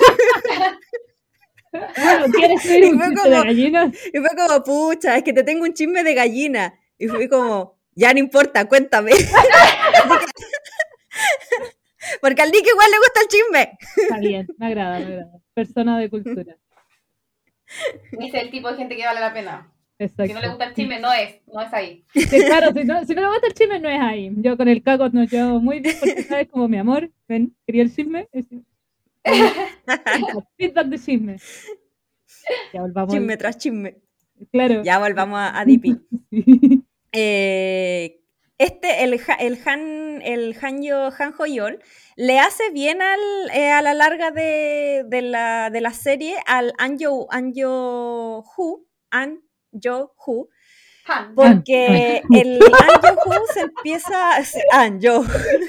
Bueno, ¿quieres ver Y un fue chiste como- de gallinas? Y fue como, pucha, es que te tengo un chisme de gallina. Y fui como, ya no importa, cuéntame. Así que- porque al Nico igual le gusta el chisme. Está bien, me agrada, me agrada. Persona de cultura. Ese es el tipo de gente que vale la pena. Exacto. Si no le gusta el chisme, no es, no es ahí. Sí, claro, si no, si no le gusta el chisme, no es ahí. Yo con el Caco nos llevamos muy bien porque sabes como mi amor, ven, quería el chisme. Es- Feedback de chisme. Ya volvamos. al- Chisme tras chisme. Claro. Ya volvamos a, a D P. Sí. Eh, este, el, Ja- el Han, el Han, Yo, Han Ho-yeol, le hace bien al, eh, a la larga de, de, la, de la serie al An Yo, An Yo Hu, An Yo Hu, Han. Porque el An-Yo-Hu se empieza... An-Yo.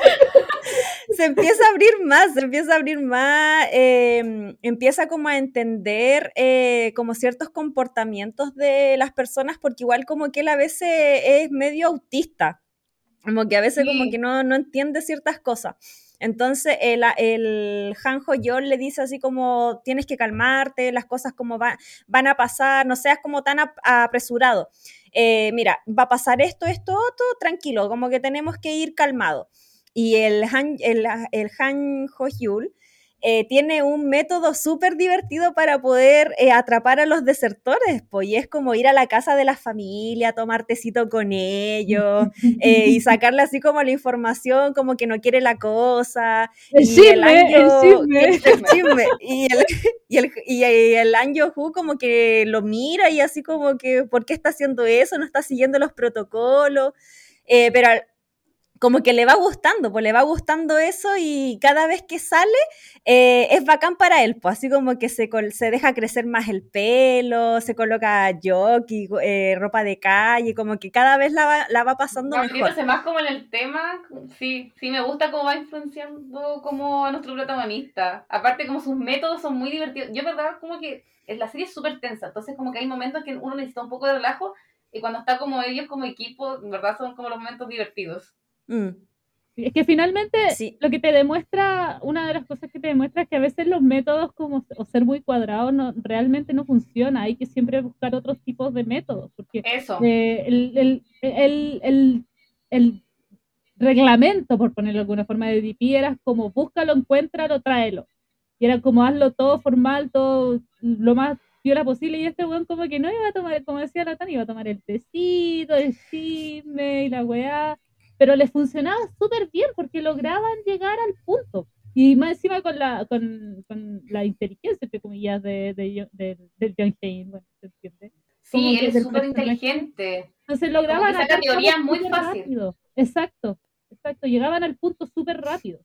Se empieza a abrir más, se empieza a abrir más, eh, empieza como a entender eh, como ciertos comportamientos de las personas, porque igual como que él a veces es medio autista, como que a veces Sí. como que no, no entiende ciertas cosas. Entonces el, el Han Ho-yeol le dice así como tienes que calmarte, las cosas como va, van a pasar, no seas como tan ap- apresurado. Eh, mira, va a pasar esto, esto, otro, tranquilo, como que tenemos que ir calmado. Y el Han, el, el Han Ho-yeol eh, tiene un método súper divertido para poder eh, atrapar a los desertores, pues, y es como ir a la casa de la familia, tomar tecito con ellos, eh, y sacarle así como la información, como que no quiere la cosa. El y chisme, el An-yo- chisme. el chisme. Y el, y el, y el An-yo-hu como que lo mira y así como que, ¿por qué está haciendo eso? No está siguiendo los protocolos. Eh, pero al- como que le va gustando, pues le va gustando eso y cada vez que sale eh, es bacán para él, pues así como que se, col- se deja crecer más el pelo, se coloca jockey, eh, ropa de calle, como que cada vez la va, la va pasando Va mejor. metiéndose más como en el tema, sí, sí me gusta cómo va influenciando como a nuestro protagonista. Aparte como sus métodos son muy divertidos. Yo, verdad, como que la serie es súper tensa, entonces como que hay momentos que uno necesita un poco de relajo y cuando está como ellos como equipo, en verdad son como los momentos divertidos. Mm, Es que finalmente sí, lo que te demuestra, una de las cosas que te demuestra es que a veces los métodos como o ser muy cuadrados no, realmente no funciona. Hay que siempre buscar otros tipos de métodos, porque Eso. eh, el, el, el, el, el reglamento, por ponerlo de alguna forma, de D P era como búscalo, encuéntralo, tráelo. Y era como hazlo todo formal, todo lo más piola posible. Y este weón como que no iba a tomar, como decía la Tani, iba a tomar el tecito, el chisme y la weá. Pero les funcionaba súper bien porque lograban llegar al punto. Y más encima con la, con, con la inteligencia, entre comillas, de, de, de, de John Hain, bueno, ¿se entiende? Como Sí, que él es del súper personaje. inteligente. Entonces Como lograban que saca atar teorías cabos muy súper fácil. rápido. Exacto, exacto. Llegaban al punto súper rápido.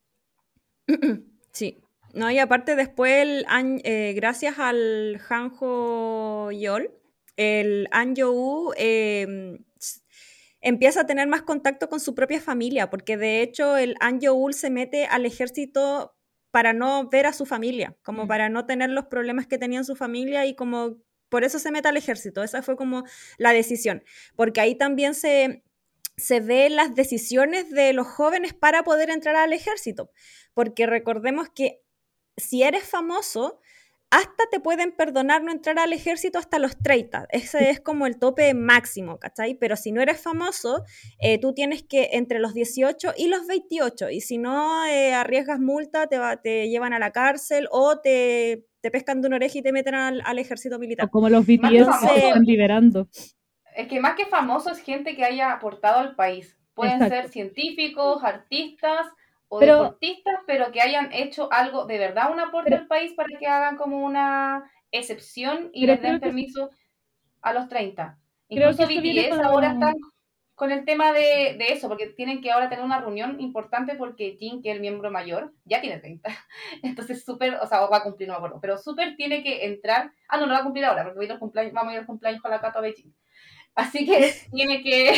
sí. No, y aparte después, el An- eh, gracias al Han Ho-yeol, el An-yo-woo eh, s- empieza a tener más contacto con su propia familia, porque de hecho el An-yo-woo se mete al ejército para no ver a su familia, como Mm. para no tener los problemas que tenía en su familia y como por eso se mete al ejército. Esa fue como la decisión, porque ahí también se, se ve las decisiones de los jóvenes para poder entrar al ejército, porque recordemos que si eres famoso, hasta te pueden perdonar no entrar al ejército hasta los treinta. Ese es como el tope máximo, ¿cachai? Pero si no eres famoso, eh, tú tienes que entre los dieciocho y los veintiocho. Y si no, eh, arriesgas multa, te, va, te llevan a la cárcel o te, te pescan de una oreja y te meten al, al ejército O militar. como los Más que B T S que se famoso, están liberando. es que más que famoso es gente que haya aportado al país. Pueden Exacto. ser científicos, artistas o Pero- deportistas, pero que hayan hecho algo de verdad, un aporte Pero- al país para que hagan como una excepción y Pero les den creo que- permiso a los treinta. Creo Incluso que eso viene B T S con- ahora están con el tema de, de eso, porque tienen que ahora tener una reunión importante porque Jin, que es el miembro mayor, ya tiene treinta. Entonces súper, o sea, va a cumplir, no me acuerdo, pero súper tiene que entrar, ah, no, no va a cumplir ahora, porque voy a ir al cumpleaños, vamos a ir al cumpleaños con la Cata de Jin. Así que tiene que,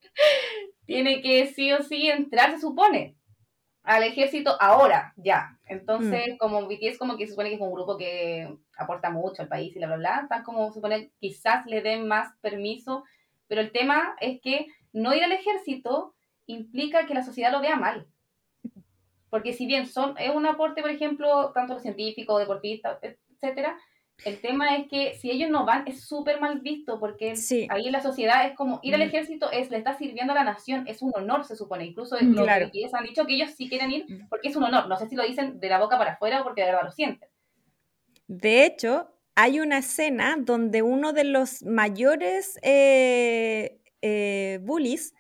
tiene que sí o sí entrar, se supone, al ejército ahora, ya. Entonces, mm. como B T S como que se supone que es un grupo que aporta mucho al país y bla, bla, bla, están como, se supone, quizás le den más permiso, pero el tema es que no ir al ejército implica que la sociedad lo vea mal. Porque si bien son, es un aporte, por ejemplo, tanto los científicos, deportistas, etcétera, el tema es que si ellos no van es súper mal visto, porque sí. ahí en la sociedad es como ir al ejército es le está sirviendo a la nación, es un honor, se supone. Incluso mm, los claro. B T S han dicho que ellos sí quieren ir porque es un honor. No sé si lo dicen de la boca para afuera o porque de verdad lo sienten. De hecho, hay una escena donde uno de los mayores eh, eh, bullies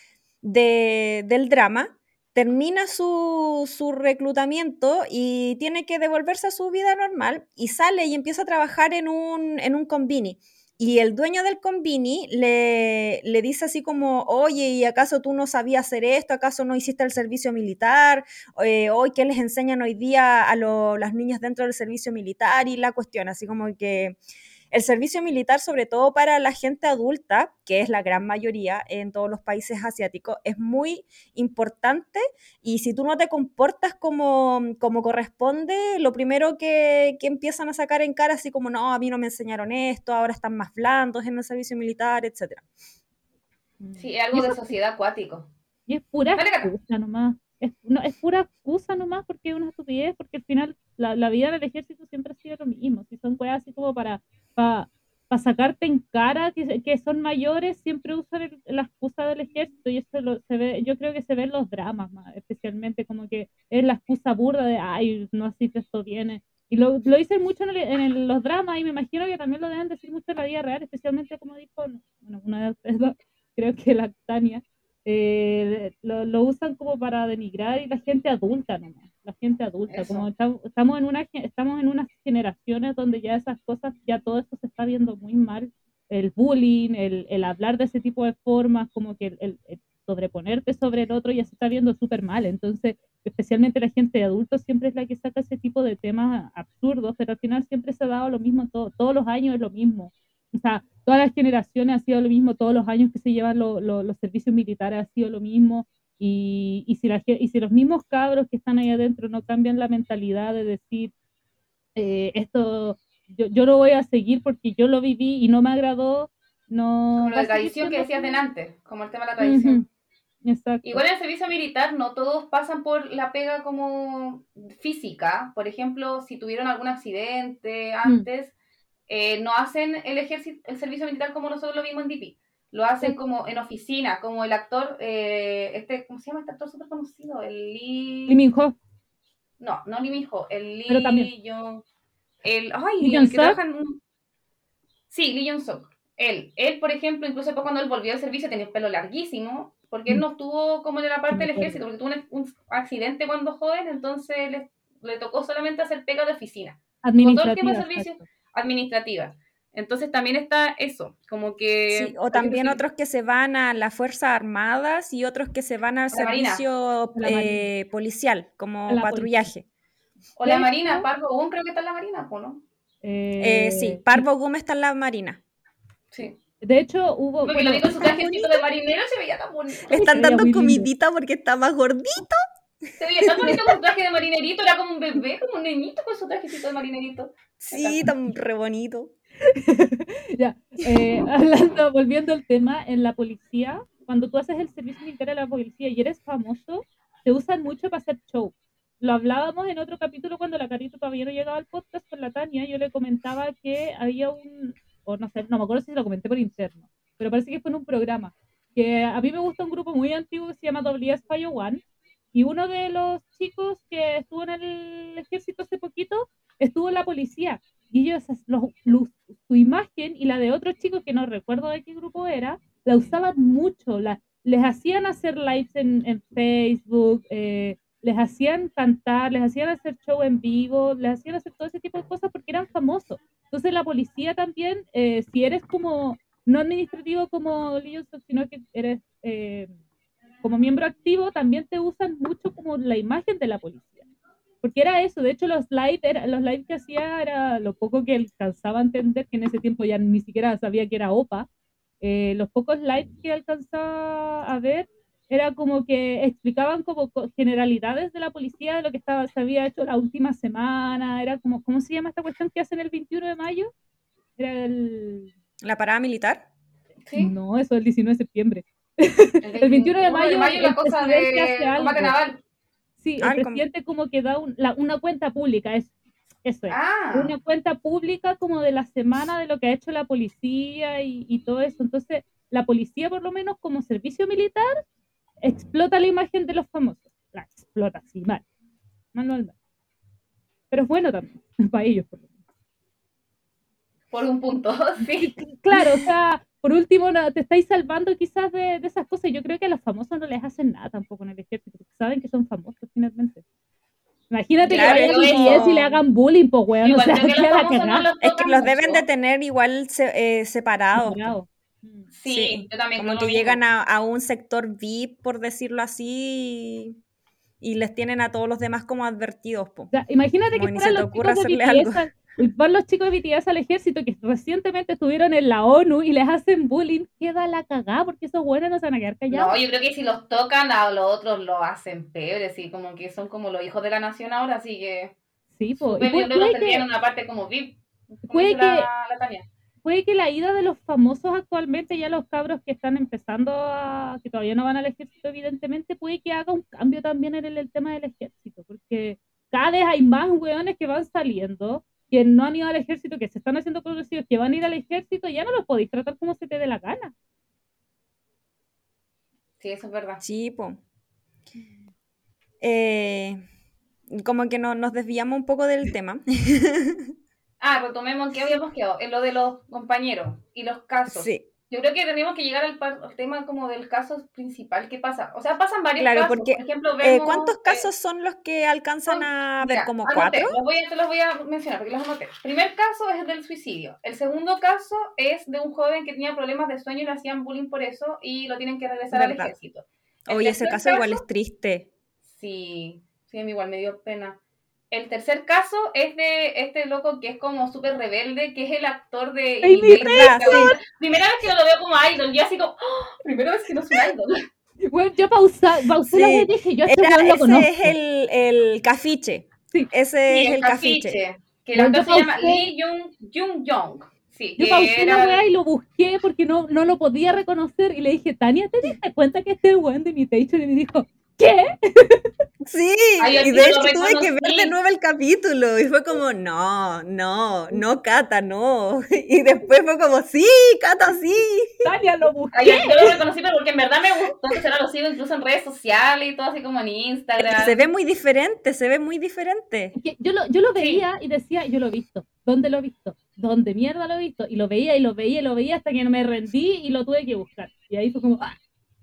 de, del drama termina su, su reclutamiento y tiene que devolverse a su vida normal y sale y empieza a trabajar en un, en un convini. Y el dueño del convini le, le dice así como, oye, ¿y acaso tú no sabías hacer esto? ¿Acaso no hiciste el servicio militar? Eh, ¿Hoy qué les enseñan hoy día a lo, las niñas dentro del servicio militar? Y la cuestión, así como que el servicio militar, sobre todo para la gente adulta, que es la gran mayoría en todos los países asiáticos, es muy importante, y si tú no te comportas como, como corresponde, lo primero que, que empiezan a sacar en cara, así como, no, a mí no me enseñaron esto, ahora están más blandos en el servicio militar, etcétera. Sí, es algo de sociedad acuático. Y es pura Dale, Cata. excusa nomás. Es, no, es pura excusa nomás porque es una estupidez, porque al final la, la vida del ejército siempre ha sido lo mismo. Si son cosas así como para, para, para sacarte en cara que, que son mayores, siempre usan el- la excusa del ejército, y eso lo, se ve, yo creo que se ve en los dramas más, especialmente como que es la excusa burda de, ay, no así que esto viene. Y lo, lo dicen mucho en, el- en el- los dramas, y me imagino que también lo deben decir mucho en la vida real, especialmente como dijo, bueno, una de ustedes dos, creo que la Tania, eh, lo, lo usan como para denigrar, y la gente adulta nomás, la gente adulta, Eso. como estamos, estamos en una ge- estamos en unas generaciones donde ya esas cosas, ya todo esto se está viendo muy mal, el bullying, el, el hablar de ese tipo de formas, como que el, el- el sobreponerte sobre el otro ya se está viendo súper mal, entonces especialmente la gente de adultos siempre es la que saca ese tipo de temas absurdos, pero al final siempre se ha dado lo mismo, todo, todos los años es lo mismo. O sea, todas las generaciones ha sido lo mismo, todos los años que se llevan lo- lo- los servicios militares ha sido lo mismo, y, y, si la, ge- y si los mismos cabros que están ahí adentro no cambian la mentalidad de decir, eh, esto, yo, yo lo voy a seguir porque yo lo viví y no me agradó, no Como lo va a de seguir tradición que siendo decías así. delante, como el tema de la tradición. Ujú, exacto. Igual en el servicio militar no todos pasan por la pega como física. Por ejemplo, si tuvieron algún accidente antes, eh, no hacen el ejército, el servicio militar como nosotros lo vimos en D P. Lo hacen Sí. como en oficina, como el actor, eh, este, ¿cómo se llama este actor súper conocido? El Lee... Lee Min-ho, No, no Lee Min-ho, el pero también. Lee Jong... El, ay, Lee el que Jong-suk. trabaja en un... Sí, Lee Jong-suk. Él, él, por ejemplo, incluso después cuando él volvió al servicio tenía el pelo larguísimo, porque él no estuvo como en la parte Sí, me del acuerdo. ejército, porque tuvo un, un accidente cuando joven, entonces le, le tocó solamente hacer pega de oficina. Como todo el tiempo de Administrativa, servicio exacto. administrativa. Entonces también está eso, como que... Sí, o por también ejemplo, otros que se van a las Fuerzas Armadas y otros que se van al A la Marina. servicio A la Marina. eh, policial, A como la patrullaje. O la De Marina, hecho, Pargo Boom creo que está en la Marina, ¿o no? Eh, sí, eh, Parvo Gum está en la Marina. Sí. de hecho hubo, Porque lo bueno, vi con su tan trajecito de marinero, se veía tan bonito. Le están Se veía dando muy lindo. comidita porque está más gordito. Se veía tan bonito con su traje de marinerito, era como un bebé, como un niñito con su trajecito de marinerito. Sí, tan re bonito. ya, eh, hablando, volviendo al tema, en la policía, cuando tú haces el servicio militar en la policía y eres famoso, te usan mucho para hacer show. Lo hablábamos en otro capítulo cuando la Carita todavía no llegaba al podcast con la Tania. Yo le comentaba que había un, o no sé, no me acuerdo si lo comenté por interno, pero parece que fue en un programa, que a mí me gusta un grupo muy antiguo que se llama W S cincuenta y uno, y uno de los chicos que estuvo en el ejército hace poquito estuvo en la policía, y ellos, los, los, su imagen y la de otros chicos que no recuerdo de qué grupo era, la usaban mucho, la, les hacían hacer lives en, en Facebook, eh, les hacían cantar, les hacían hacer show en vivo, les hacían hacer todo ese tipo de cosas porque eran famosos. Entonces la policía también, eh, si eres como, no administrativo como Legion, sino que eres eh, como miembro activo, también te usan mucho como la imagen de la policía. Porque era eso, de hecho los live, era, los live que hacía era lo poco que alcanzaba a entender, que en ese tiempo ya ni siquiera sabía que era O P A, eh, los pocos lives que alcanzaba a ver, era como que explicaban como generalidades de la policía, de lo que estaba, se había hecho la última semana, era como, ¿cómo se llama esta cuestión que hacen el veintiuno de mayo? Era el... ¿La parada militar? ¿Sí? No, eso es el diecinueve de septiembre. El, El veintiuno de mayo, la el cosa presidente hace de algo. combate naval. Sí, el Ah, el com- presidente como que da un- la- una cuenta pública, es, eso es. Ah, Una cuenta pública como de la semana de lo que ha hecho la policía y, y todo eso. Entonces, la policía, por lo menos como servicio militar, explota la imagen de los famosos. La explota, sí, mal. Mal, mal, mal. Pero es bueno también, para ellos, por lo menos. por un punto, sí. Claro, o sea, por último, no, te estáis salvando quizás de, de esas cosas. Yo creo que a los famosos no les hacen nada tampoco en el ejército, porque saben que son famosos finalmente. Imagínate Claro, que vayan yo a eso- B T S y le hagan bullying, pues weón, Igual o sea, creo que queda los la famosos no cagada. los Es tocan que los deben mucho. de tener igual se- eh, separados. po. Separado. Mm. Sí, Sí, yo también como creo que lo mismo. llegan a, a un sector V I P, por decirlo así, y, y les tienen a todos los demás como advertidos. Po. O sea, imagínate Como que ni fueran se te los ocurra chicos de hacerle B T S, algo. van los chicos de B T S al ejército que recientemente estuvieron en la ONU y les hacen bullying, queda la cagada porque esos buenos no se van a quedar callados. No, yo creo que si los tocan a los otros lo hacen peor, así como que son como los hijos de la nación ahora, así que Sí, po. súper Y puede, bien, los puede tendrían que, una parte como V I P, como puede dice que, la, la Tania. puede que la ida de los famosos actualmente, ya los cabros que están empezando a, que todavía no van al ejército evidentemente, puede que haga un cambio también en el, el tema del ejército, porque cada vez hay más hueones que van saliendo, que no han ido al ejército, que se están haciendo conocidos, que van a ir al ejército, ya no los podéis tratar como se te dé la gana. Sí, eso es verdad. Sí, po. Eh, como que no, nos desviamos un poco del tema. Ah, retomemos en qué habíamos quedado, en lo de los compañeros y los casos. Sí, Yo creo que tenemos que llegar al, par- al tema como del caso principal, ¿qué pasa? O sea, pasan varios claro, casos, porque por ejemplo, eh, vemos... ¿cuántos eh, casos son los que alcanzan son- a ver? mira, ¿Como anoté, cuatro? los voy a, te los voy a mencionar porque los anoté. El primer caso es el del suicidio. El segundo caso es de un joven que tenía problemas de sueño y le hacían bullying por eso y lo tienen que regresar al ¿Verdad? ejército. El Oye, ese tercer caso igual es triste. Sí, sí, a mí igual me dio pena. El tercer caso es de este loco que es como súper rebelde, que es el actor de ¡Ay, mi Imitation. ¿Verdad? Sí. Primera vez que lo veo como idol, yo así como, ¡oh! Primera vez que no es un idol. Bueno, yo pausa, pausé la Sí. web y dije, yo a este Era, weón lo ese conozco. es el, el cafiche. Sí. Ese Sí, es el el cafiche. cafiche, que el Bueno, actor yo se llama pausé- Lee Jung, Jung Jong. Sí, Yo que pausé la era... weá y lo busqué porque no, no lo podía reconocer y le dije, Tania, ¿te diste cuenta que este es el weón de Imitation? Y me dijo, ¿qué? Sí, Ay, yo y sí de lo hecho tuve que ver reconocí. de nuevo el capítulo y fue como, no, no, no, Cata, no. Y después fue como, sí, Cata, sí. Tania, lo busqué. Ay, yo, yo lo reconocí pero porque en verdad me gustó, entonces ahora lo sigo incluso en redes sociales y todo así como en Instagram. Se ve muy diferente, se ve muy diferente. Que yo, lo, yo lo Sí. veía y decía, yo lo he visto. ¿Dónde lo he visto? ¿Dónde mierda lo he visto? Y lo veía y lo veía y lo veía hasta que no me rendí y lo tuve que buscar. Y ahí fue como, ¡ah!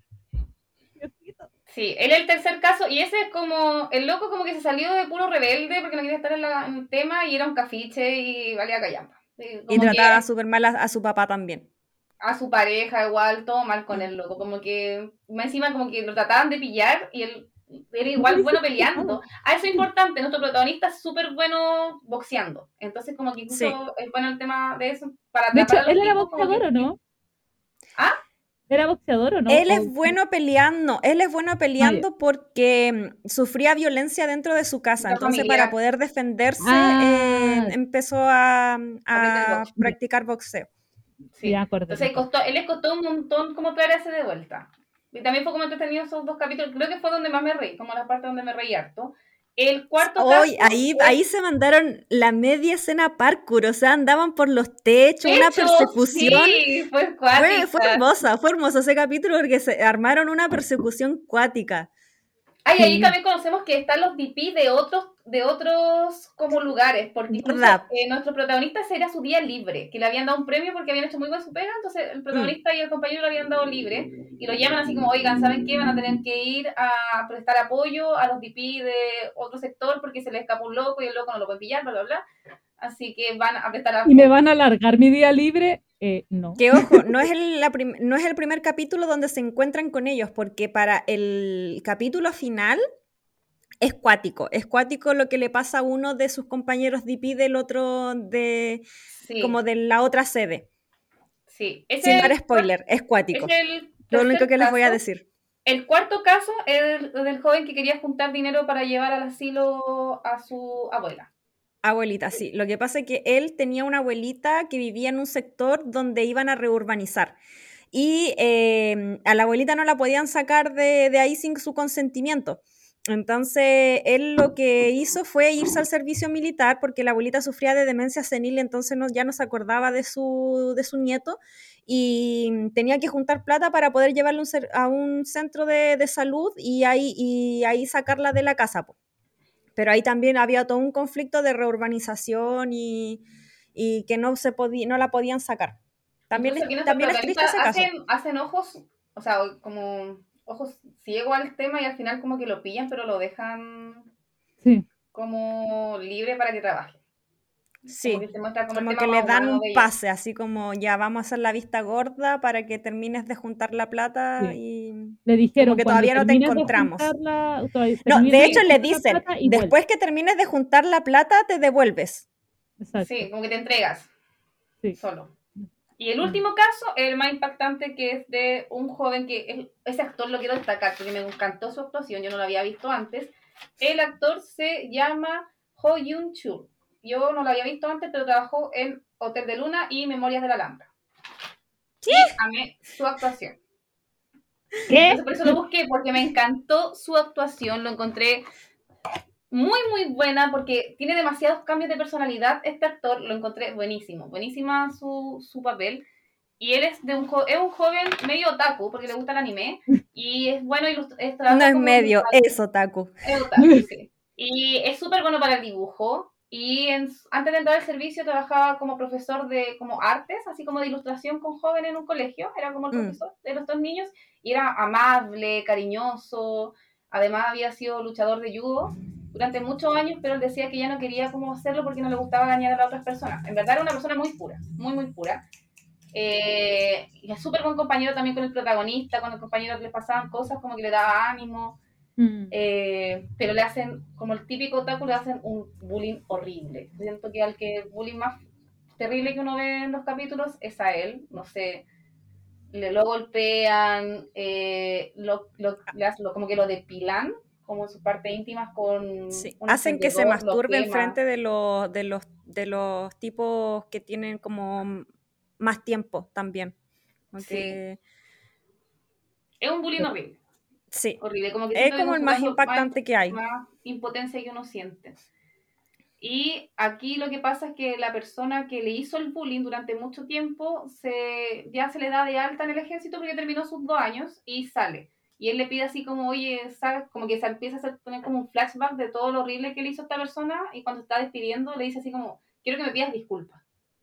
Diosito. Sí, él es el tercer caso y ese es como, el loco como que se salió de puro rebelde porque no quería estar en, la, en el tema y era un cafiche y valía callampa. Sí, Y como trataba que súper mal a, a su papá también. a su pareja igual, todo mal con el loco, como que más encima como que lo trataban de pillar y él era igual bueno peleando. Ah, eso es importante, nuestro protagonista es súper bueno boxeando, entonces como que incluso Sí. es bueno el tema de eso para De hecho, atrapar a los él era tipos, como boxeador, ¿o que- no? ¿Ah? ¿Era boxeador o no? Él es O- bueno peleando, él es bueno peleando porque mm, sufría violencia dentro de su casa, Está entonces familiar. para poder defenderse Ah. eh, empezó a, Aprender a box. practicar boxeo. Sí. Ya, acordé. Entonces costó, él les costó un montón como traerse de vuelta. Y también fue como entretenido esos dos capítulos. Creo que fue donde más me reí, como la parte donde me reí harto. El cuarto Hoy, caso ahí, es- ahí se mandaron la media escena parkour, o sea, andaban por los techos, De una hecho, persecución. Sí, fue Fue, cuática. fue hermosa, fue hermoso ese capítulo porque se armaron una persecución cuática. Ay, ahí Sí. también conocemos que están los D P de otros, de otros como lugares, porque incluso ¿Verdad? eh, nuestro protagonista ese era su día libre, que le habían dado un premio porque habían hecho muy buena su pega, entonces el protagonista y el compañero le habían dado libre, y lo llaman así como, oigan, ¿saben qué? Van a tener que ir a prestar apoyo a los D P de otro sector porque se les escapó un loco y el loco no lo puede pillar, bla, bla, bla. Así que van a prestar apoyo. ¿Y me van a alargar mi día libre? Eh, no. Que ojo, no es, el, la prim- no es el primer capítulo donde se encuentran con ellos, porque para el capítulo final es cuático. Es cuático lo que le pasa a uno de sus compañeros D P del otro, de Sí, como de la otra sede. sí. Ese Sin es dar el- spoiler, es cuático. es el Lo tercer único que les voy a caso. decir. El cuarto caso es el del joven que quería juntar dinero para llevar al asilo a su abuela. Abuelita, sí. Lo que pasa es que él tenía una abuelita que vivía en un sector donde iban a reurbanizar. Y eh, a la abuelita no la podían sacar de, de ahí sin su consentimiento. Entonces, él lo que hizo fue irse al servicio militar porque la abuelita sufría de demencia senil, entonces no, ya no se acordaba de su, de su nieto y tenía que juntar plata para poder llevarla a un, cer- a un centro de, de salud y ahí, y ahí sacarla de la casa, po. Pero ahí también había todo un conflicto de reurbanización y, y que no, se podía, no la podían sacar. También, Incluso aquí es, nuestros también es triste ese protagonistas caso. hacen, hacen ojos, o sea, como ojos ciegos al tema y al final como que lo pillan, pero lo dejan Sí. como libre para que trabaje. Sí, Como que se muestra como, el como tema que le más dan humano un de ellos. pase, así como ya vamos a hacer la vista gorda para que termines de juntar la plata Sí. y... Le dijeron Como que cuando todavía no te termines de encontramos. juntarla- todavía No, termines de de hecho le juntar la dicen, plata y después que termines de juntar la plata te devuelves. Exacto. Sí, como que te entregas Sí. solo. Y el último caso, el más impactante, que es de un joven que, es, ese actor lo quiero destacar porque me encantó su actuación, yo no lo había visto antes. El actor se llama Ho Yun-chul. Yo no lo había visto antes, pero trabajó en Hotel de Luna y Memorias de la Alhambra. ¿Qué? Y amé su actuación. ¿Qué? Entonces por eso lo busqué, porque me encantó su actuación, lo encontré muy, muy buena, porque tiene demasiados cambios de personalidad este actor, lo encontré buenísimo, buenísima su, su papel. Y él es de un, jo- es un joven medio otaku, porque le gusta el anime, y es bueno ilust- es, trabaja No es como medio, ilustrador. es otaku. Es otaku, sí. Y es súper bueno para el dibujo. Y en, antes de entrar al servicio trabajaba como profesor de como artes, así como de ilustración con jóvenes en un colegio. Era como el Mm. profesor de los dos niños. Y era amable, cariñoso. Además había sido luchador de judo durante muchos años, pero él decía que ya no quería como hacerlo porque no le gustaba dañar a las otras personas. En verdad era una persona muy pura, muy, muy pura. Eh, y es súper buen compañero también con el protagonista, con el compañero que le pasaban cosas, como que le daba ánimo. Mm. Eh, pero le hacen, como el típico otaku, le hacen un bullying horrible. Siento que al que el bullying más terrible que uno ve en los capítulos es a él. No sé, le lo golpean, eh, lo, lo, le hacen- lo- como que lo depilan, como sus partes íntimas con Sí. un Hacen que se encendedor, lo masturbe quema. enfrente de los, de los, de los tipos que tienen como más tiempo también. Como Sí. que- Es un bullying horrible. sí. Horrible, como que Es siento que como con el su más caso impactante más, que hay. más impotencia que uno siente. Y aquí lo que pasa es que la persona que le hizo el bullying durante mucho tiempo se, ya se le da de alta en el ejército porque terminó sus dos años y sale. Y él le pide así como, oye, ¿sabes? Como que se empieza a hacer, poner como un flashback de todo lo horrible que le hizo a esta persona y cuando está despidiendo le dice así como, quiero que me pidas disculpas.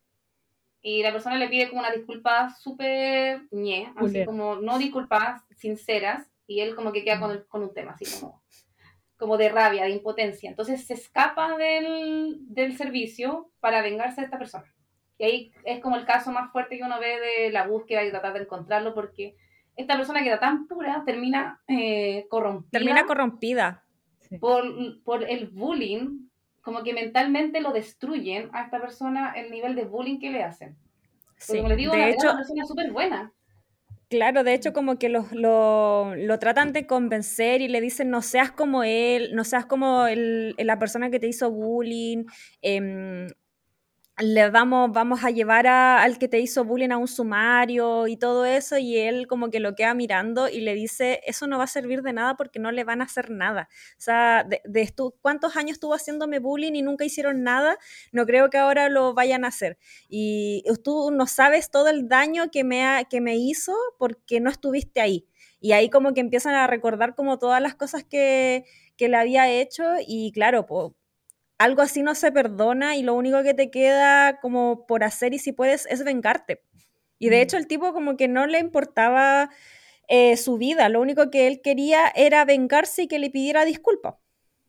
Y la persona le pide como una disculpa súper ñe, así Culera. como no disculpas sinceras, y él como que queda con, el- con un tema, así como, como de rabia, de impotencia. Entonces se escapa del, del servicio para vengarse de esta persona. Y ahí es como el caso más fuerte que uno ve de la búsqueda y tratar de encontrarlo, porque esta persona que era tan pura termina eh, corrompida Termina corrompida. Sí. por, por el bullying, como que mentalmente lo destruyen a esta persona el nivel de bullying que le hacen. Porque Sí. como les digo, De era hecho, una persona súper buena. claro, de hecho como que lo, lo, lo tratan de convencer y le dicen no seas como él, no seas como el, la persona que te hizo bullying, em, le vamos, vamos a llevar a- al que te hizo bullying a un sumario y todo eso, y él como que lo queda mirando y le dice, eso no va a servir de nada porque no le van a hacer nada. O sea, de, de estu- ¿cuántos años estuvo haciéndome bullying y nunca hicieron nada? No creo que ahora lo vayan a hacer. Y tú no sabes todo el daño que me, ha- que me hizo porque no estuviste ahí. Y ahí como que empiezan a recordar como todas las cosas que, que le había hecho y claro, pues algo así no se perdona y lo único que te queda como por hacer y si puedes es vengarte. Y de Mm. hecho el tipo como que no le importaba eh, su vida, lo único que él quería era vengarse y que le pidiera disculpas.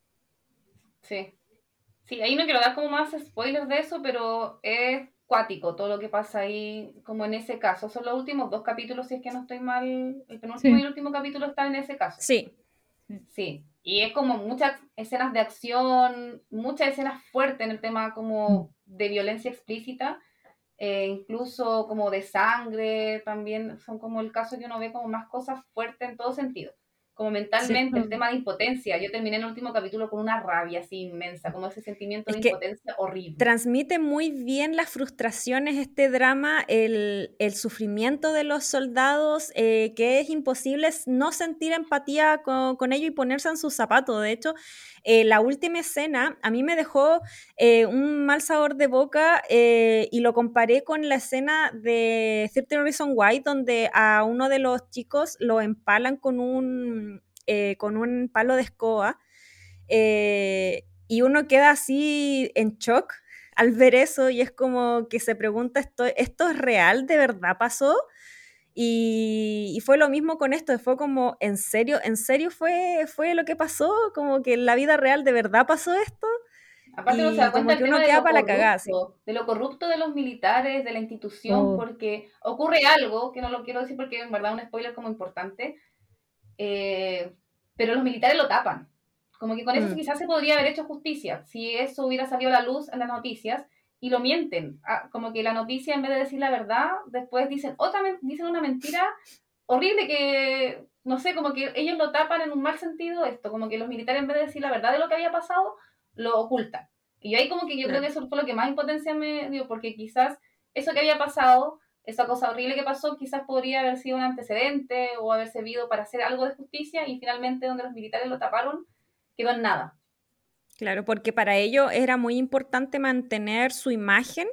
Sí. Sí, ahí no quiero dar como más spoilers de eso, pero es cuático todo lo que pasa ahí, como en ese caso. Son los últimos dos capítulos, si es que no estoy mal. El penúltimo Sí. y el último capítulo están en ese caso. Sí, Sí. Y es como muchas escenas de acción, muchas escenas fuertes en el tema como de violencia explícita, eh, incluso como de sangre, también son como el caso que uno ve como más cosas fuertes en todo sentido. Como mentalmente, Sí. el tema de impotencia. Yo terminé en el último capítulo con una rabia así inmensa, como ese sentimiento Es de que impotencia horrible. transmite muy bien las frustraciones este drama, el, el sufrimiento de los soldados, eh, que es imposible no sentir empatía con, con ellos y ponerse en sus zapatos. De hecho, eh, la última escena a mí me dejó eh, un mal sabor de boca eh, y lo comparé con la escena de trece Reasons Why, donde a uno de los chicos lo empalan con un, eh, con un palo de escoba. Eh, y uno queda así en shock al ver eso y es como que se pregunta, ¿esto, esto es real? ¿De verdad pasó? Y, y fue lo mismo con esto, fue como, ¿en serio? ¿En serio fue, fue lo que pasó? Como que en la vida real de verdad pasó esto. Aparte uno se da Y cuenta como del que tema uno de queda lo para la cagada, así. corrupto, de lo corrupto de los militares, de la institución, Oh. porque ocurre algo, que no lo quiero decir porque en verdad es un spoiler como importante, eh, pero los militares lo tapan. Como que con eso Mm. quizás se podría haber hecho justicia, si eso hubiera salido a la luz en las noticias, y lo mienten. Ah, como que la noticia, en vez de decir la verdad, después dicen otra men- dicen una mentira horrible que, no sé, como que ellos lo tapan en un mal sentido esto, como que los militares en vez de decir la verdad de lo que había pasado, lo ocultan. Y yo ahí como que yo creo Claro. que eso fue lo que más impotencia me dio, porque quizás eso que había pasado, esa cosa horrible que pasó, quizás podría haber sido un antecedente o haber servido para hacer algo de justicia y finalmente donde los militares lo taparon, quedó en nada. Claro, porque para ello era muy importante mantener su imagen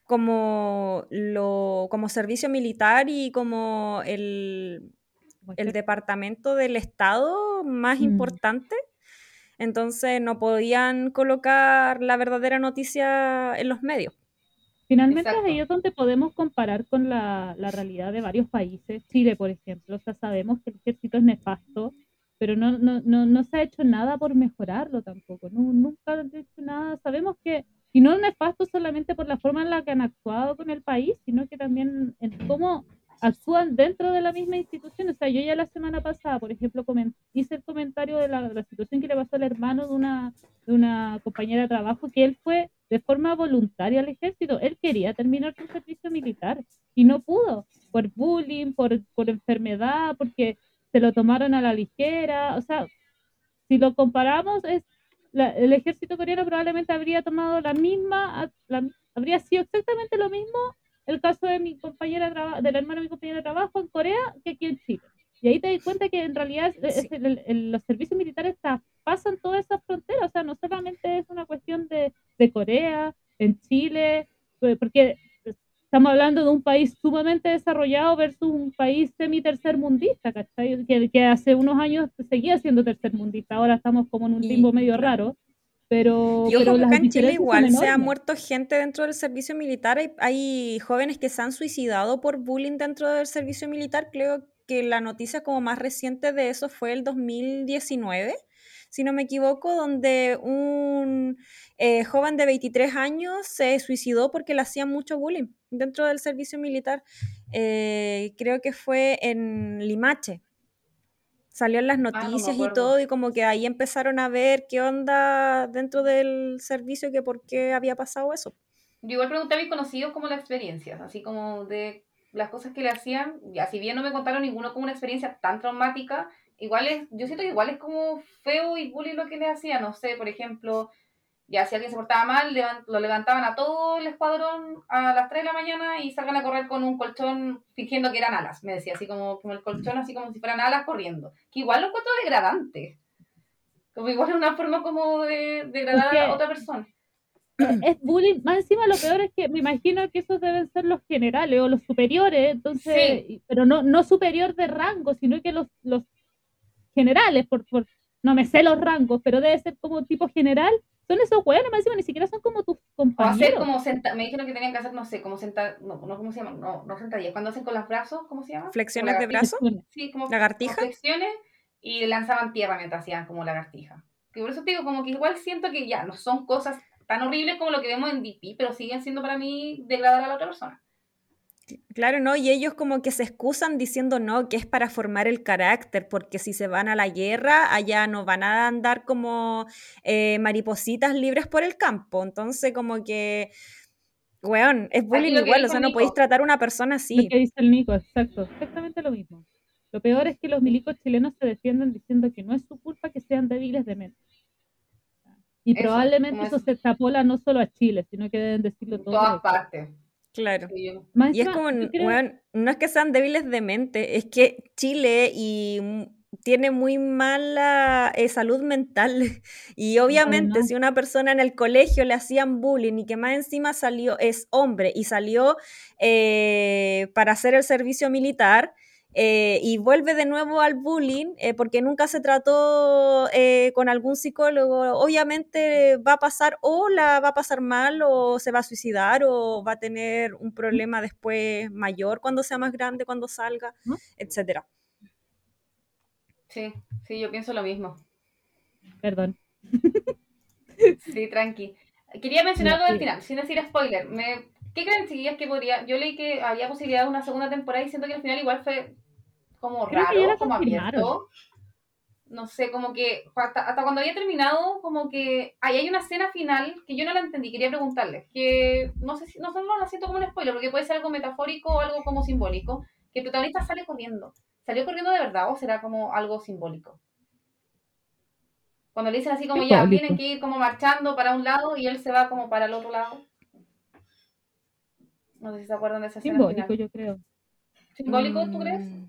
como, lo, como servicio militar y como el, Como el que- departamento del Estado más Mm. importante. Entonces no podían colocar la verdadera noticia en los medios. Finalmente Exacto. ahí es donde podemos comparar con la, la realidad de varios países. Chile, por ejemplo, o sea, sabemos que el ejército es nefasto, pero no, no, no, no se ha hecho nada por mejorarlo tampoco. No, nunca han hecho nada. Sabemos que, y no nefasto solamente por la forma en la que han actuado con el país, sino que también en cómo actúan dentro de la misma institución. O sea, yo ya la semana pasada, por ejemplo, coment- hice el comentario de la, de la situación que le pasó al hermano de una, de una compañera de trabajo, que él fue de forma voluntaria al ejército. Él quería terminar su servicio militar y no pudo, por bullying, por, por enfermedad, porque se lo tomaron a la ligera. O sea, si lo comparamos, es la- el ejército coreano probablemente habría tomado la misma, la- habría sido exactamente lo mismo el caso de mi compañera de traba- del hermano de mi compañera de trabajo en Corea que aquí en Chile. Y ahí te das cuenta que en realidad es- es Sí. el- el- el- los servicios militares ta- pasan todas esas fronteras. O sea, no solamente es una cuestión de, de Corea, en Chile, pues, porque estamos hablando de un país sumamente desarrollado versus un país semi-tercermundista, ¿cachai? Que, que hace unos años seguía siendo tercermundista, ahora estamos como en un limbo Y, medio claro. raro, pero, Y ojo pero que las acá en Chile diferencias son igual se ha enormes. muerto gente dentro del servicio militar. Hay, hay jóvenes que se han suicidado por bullying dentro del servicio militar. Creo que la noticia como más reciente de eso fue el dos mil diecinueve, si no me equivoco, donde un eh, joven de veintitrés años se suicidó porque le hacían mucho bullying dentro del servicio militar. Eh, creo que fue en Limache. Salió en las Ah, no me noticias y acuerdo. todo, y como que ahí empezaron a ver qué onda dentro del servicio, que por qué había pasado eso. Yo igual pregunté a mis conocidos como las experiencias, así como de las cosas que le hacían, ya si bien no me contaron ninguno como una experiencia tan traumática, igual es, yo siento que igual es como feo y bullying lo que le hacían, no sé, por ejemplo, ya si alguien se portaba mal, levan- lo levantaban a todo el escuadrón a las tres de la mañana y salgan a correr con un colchón fingiendo que eran alas, me decía, así como, como el colchón, así como si fueran alas corriendo, que igual lo encuentro degradante, como igual es una forma como de degradar a la Es otra persona. que es bullying, más encima lo peor es que me imagino que esos deben ser los generales o los superiores, entonces, Sí, y- pero no, no superior de rango, sino que los, los generales, por, por, no me sé los rangos, pero debe ser como tipo general, son esos hueones, más encima, ni siquiera son como tus o hacer compañeros. como senta, me dijeron que tenían que hacer, no sé, como sentar, no, no, ¿cómo se llama? No, no sentadillas, cuando hacen con los brazos, ¿cómo se llama? Como Flexiones de lagartijas. brazo, Sí, como, como lagartija. flexiones y lanzaban tierra mientras hacían como lagartija. Que por eso te digo, como que igual siento que ya no son cosas tan horribles como lo que vemos en D P, pero siguen siendo para mí degradar a la otra persona. Claro, ¿no? Y ellos como que se excusan diciendo no, que es para formar el carácter, porque si se van a la guerra, allá no van a andar como eh, maripositas libres por el campo. Entonces, como que, weón, es Aquí bullying lo que igual, o dijo sea, no podéis Nico, tratar a una persona Lo así. que dice el Nico, exacto, exactamente lo mismo. Lo peor es que los milicos chilenos se defienden diciendo que no es su culpa que sean débiles de mente. Y eso, probablemente como eso es se extrapola no solo a Chile, sino que deben decirlo en todos los todas estados. partes. Claro. Sí, yo- Más Y es encima, como, yo creo, weón, no es que sean débiles de mente, es que Chile y m- tiene muy mala eh, salud mental. Y obviamente además, si una persona en el colegio le hacían bullying y que más encima salió, es hombre y salió eh, para hacer el servicio militar, eh, y vuelve de nuevo al bullying eh, porque nunca se trató eh, con algún psicólogo, obviamente va a pasar o la va a pasar mal o se va a suicidar o va a tener un problema después mayor cuando sea más grande, cuando salga, ¿no? etcétera. sí, sí, yo pienso lo mismo. Perdón. Sí, tranqui. Quería mencionar Ya, algo del sí. final, sin decir spoiler. Me... ¿Qué creen, chiquillas, que podría...? Yo leí que había posibilidad de una segunda temporada y siento que al final igual fue como Creo que ya raro, la como confirmaron. abierto. no sé, como que hasta, hasta cuando había terminado, como que ahí hay una escena final que yo no la entendí, quería preguntarles, que no sé si, no solo la siento como un spoiler, porque puede ser algo metafórico o algo como simbólico, que el protagonista sale corriendo. ¿Salió corriendo de verdad o será como algo simbólico? Cuando le dicen así como ya, Simbólico. tienen que ir como marchando para un lado y él se va como para el otro lado. No sé si se acuerdan de esa escena Simbólico, final. yo creo. ¿Simbólico, tú crees? Mm,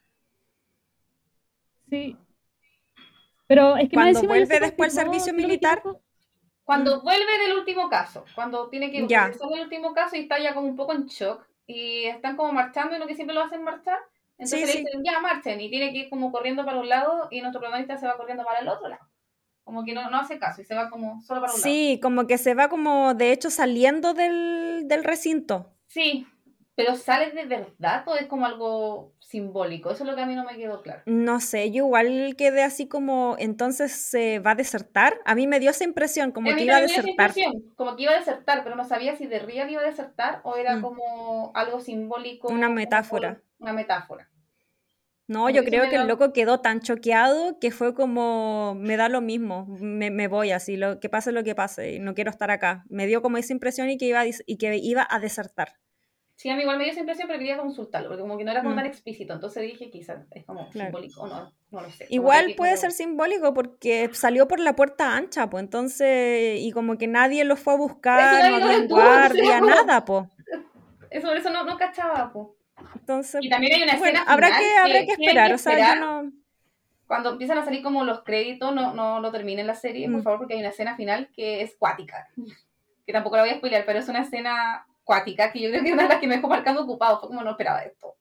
Sí. Pero es que más Cuando encima ya se vuelve después al confirmó, servicio si no me militar, equivoco. Cuando mm, vuelve del último caso, cuando tiene que ya. regresar del último caso y está ya como un poco en shock y están como marchando y lo que siempre lo hacen marchar, Sí, entonces le sí. dicen ya marchen y tiene que ir como corriendo para un lado y nuestro protagonista se va corriendo para el otro lado. Como que no, no hace caso y se va como solo para un lado. Sí, como que se va como, de hecho, saliendo del, del recinto. Sí, pero ¿sale de verdad o es como algo simbólico? Eso es lo que a mí no me quedó claro. No sé, yo igual quedé así como, entonces se va a desertar. A mí me dio esa impresión, A como mí que iba a también me dio esa desertar. impresión, como que iba a desertar, pero no sabía si de real iba a desertar o era Mm, como algo simbólico, Una como por metáfora. una metáfora. No, Como yo que eso creo me que el da... loco quedó tan choqueado que fue como, me da lo mismo, me, me voy así, lo, que pase lo que pase, y no quiero estar acá. Me dio como esa impresión y que iba a, dis- y que iba a desertar. Sí, a mí igual me dio esa impresión, pero quería consultarlo, porque como que no era como Mm, tan explícito, entonces dije quizás es como claro. simbólico, o no, no lo sé, como que hay Igual que puede como... ser simbólico porque salió por la puerta ancha, pues entonces, y como que nadie lo fue a Eso buscar, no nadie lo habían detuvo, entonces era guardia, como... nada, pues. Eso, por eso no, no cachaba, po. Entonces, Y también hay una bueno, escena habrá final que, habrá que que tienen que esperar, o sea, yo esperar, no... cuando empiezan a salir como los créditos, no, no, no terminen la serie, por mm, favor, porque hay una escena final que es cuática, que tampoco la voy a spoilear, pero es una escena cuática que yo creo que es una de las que me dejó marcando ocupado, fue como no esperaba esto.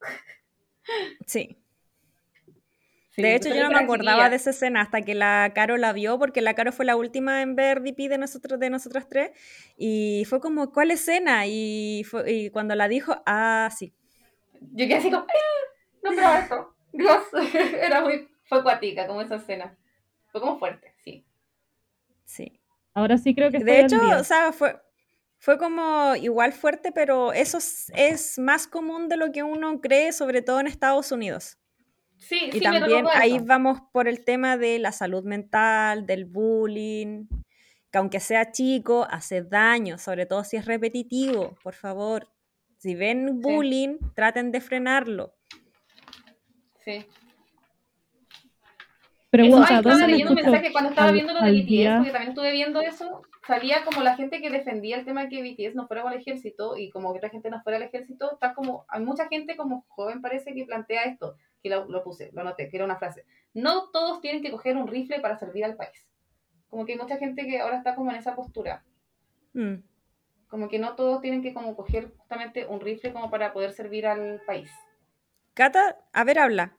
sí. Sí, De hecho, entonces yo ahí no me para acordaba de chiquillas. esa escena hasta que la Caro la vio, porque la Caro fue la última en ver D P de nosotros, de nosotras tres, y fue como, ¿cuál escena? Y, fue, y cuando la dijo, ah, sí, Yo quedé así como, no esperaba esto. Dios, era muy, fue cuática como esa escena. Fue como fuerte, sí. sí. Ahora sí creo que estoy De hecho, al o día. sea, fue, fue como igual fuerte, pero eso es, es más común de lo que uno cree, sobre todo en Estados Unidos. Sí, Y sí, me también recordó ahí eso. vamos por el tema de la salud mental, del bullying, que aunque sea chico, hace daño, sobre todo si es repetitivo, por favor. Si ven Sí, bullying, traten de frenarlo. sí. Eso, ay, Pregunta, estaba ¿dónde me leyendo un escuchas mensaje cuando estaba al, viendo lo de al B T S, día? porque también estuve viendo eso, salía como la gente que defendía el tema de que B T S no fuera al ejército y como que otra gente no fuera al ejército, está como, hay mucha gente como joven parece que plantea esto, que lo, lo puse, lo noté, que era una frase. No todos tienen que coger un rifle para servir al país. Como que hay mucha gente que ahora está como en esa postura. Mm. Como que no todos tienen que como coger justamente un rifle como para poder servir al país. Cata, a ver, habla.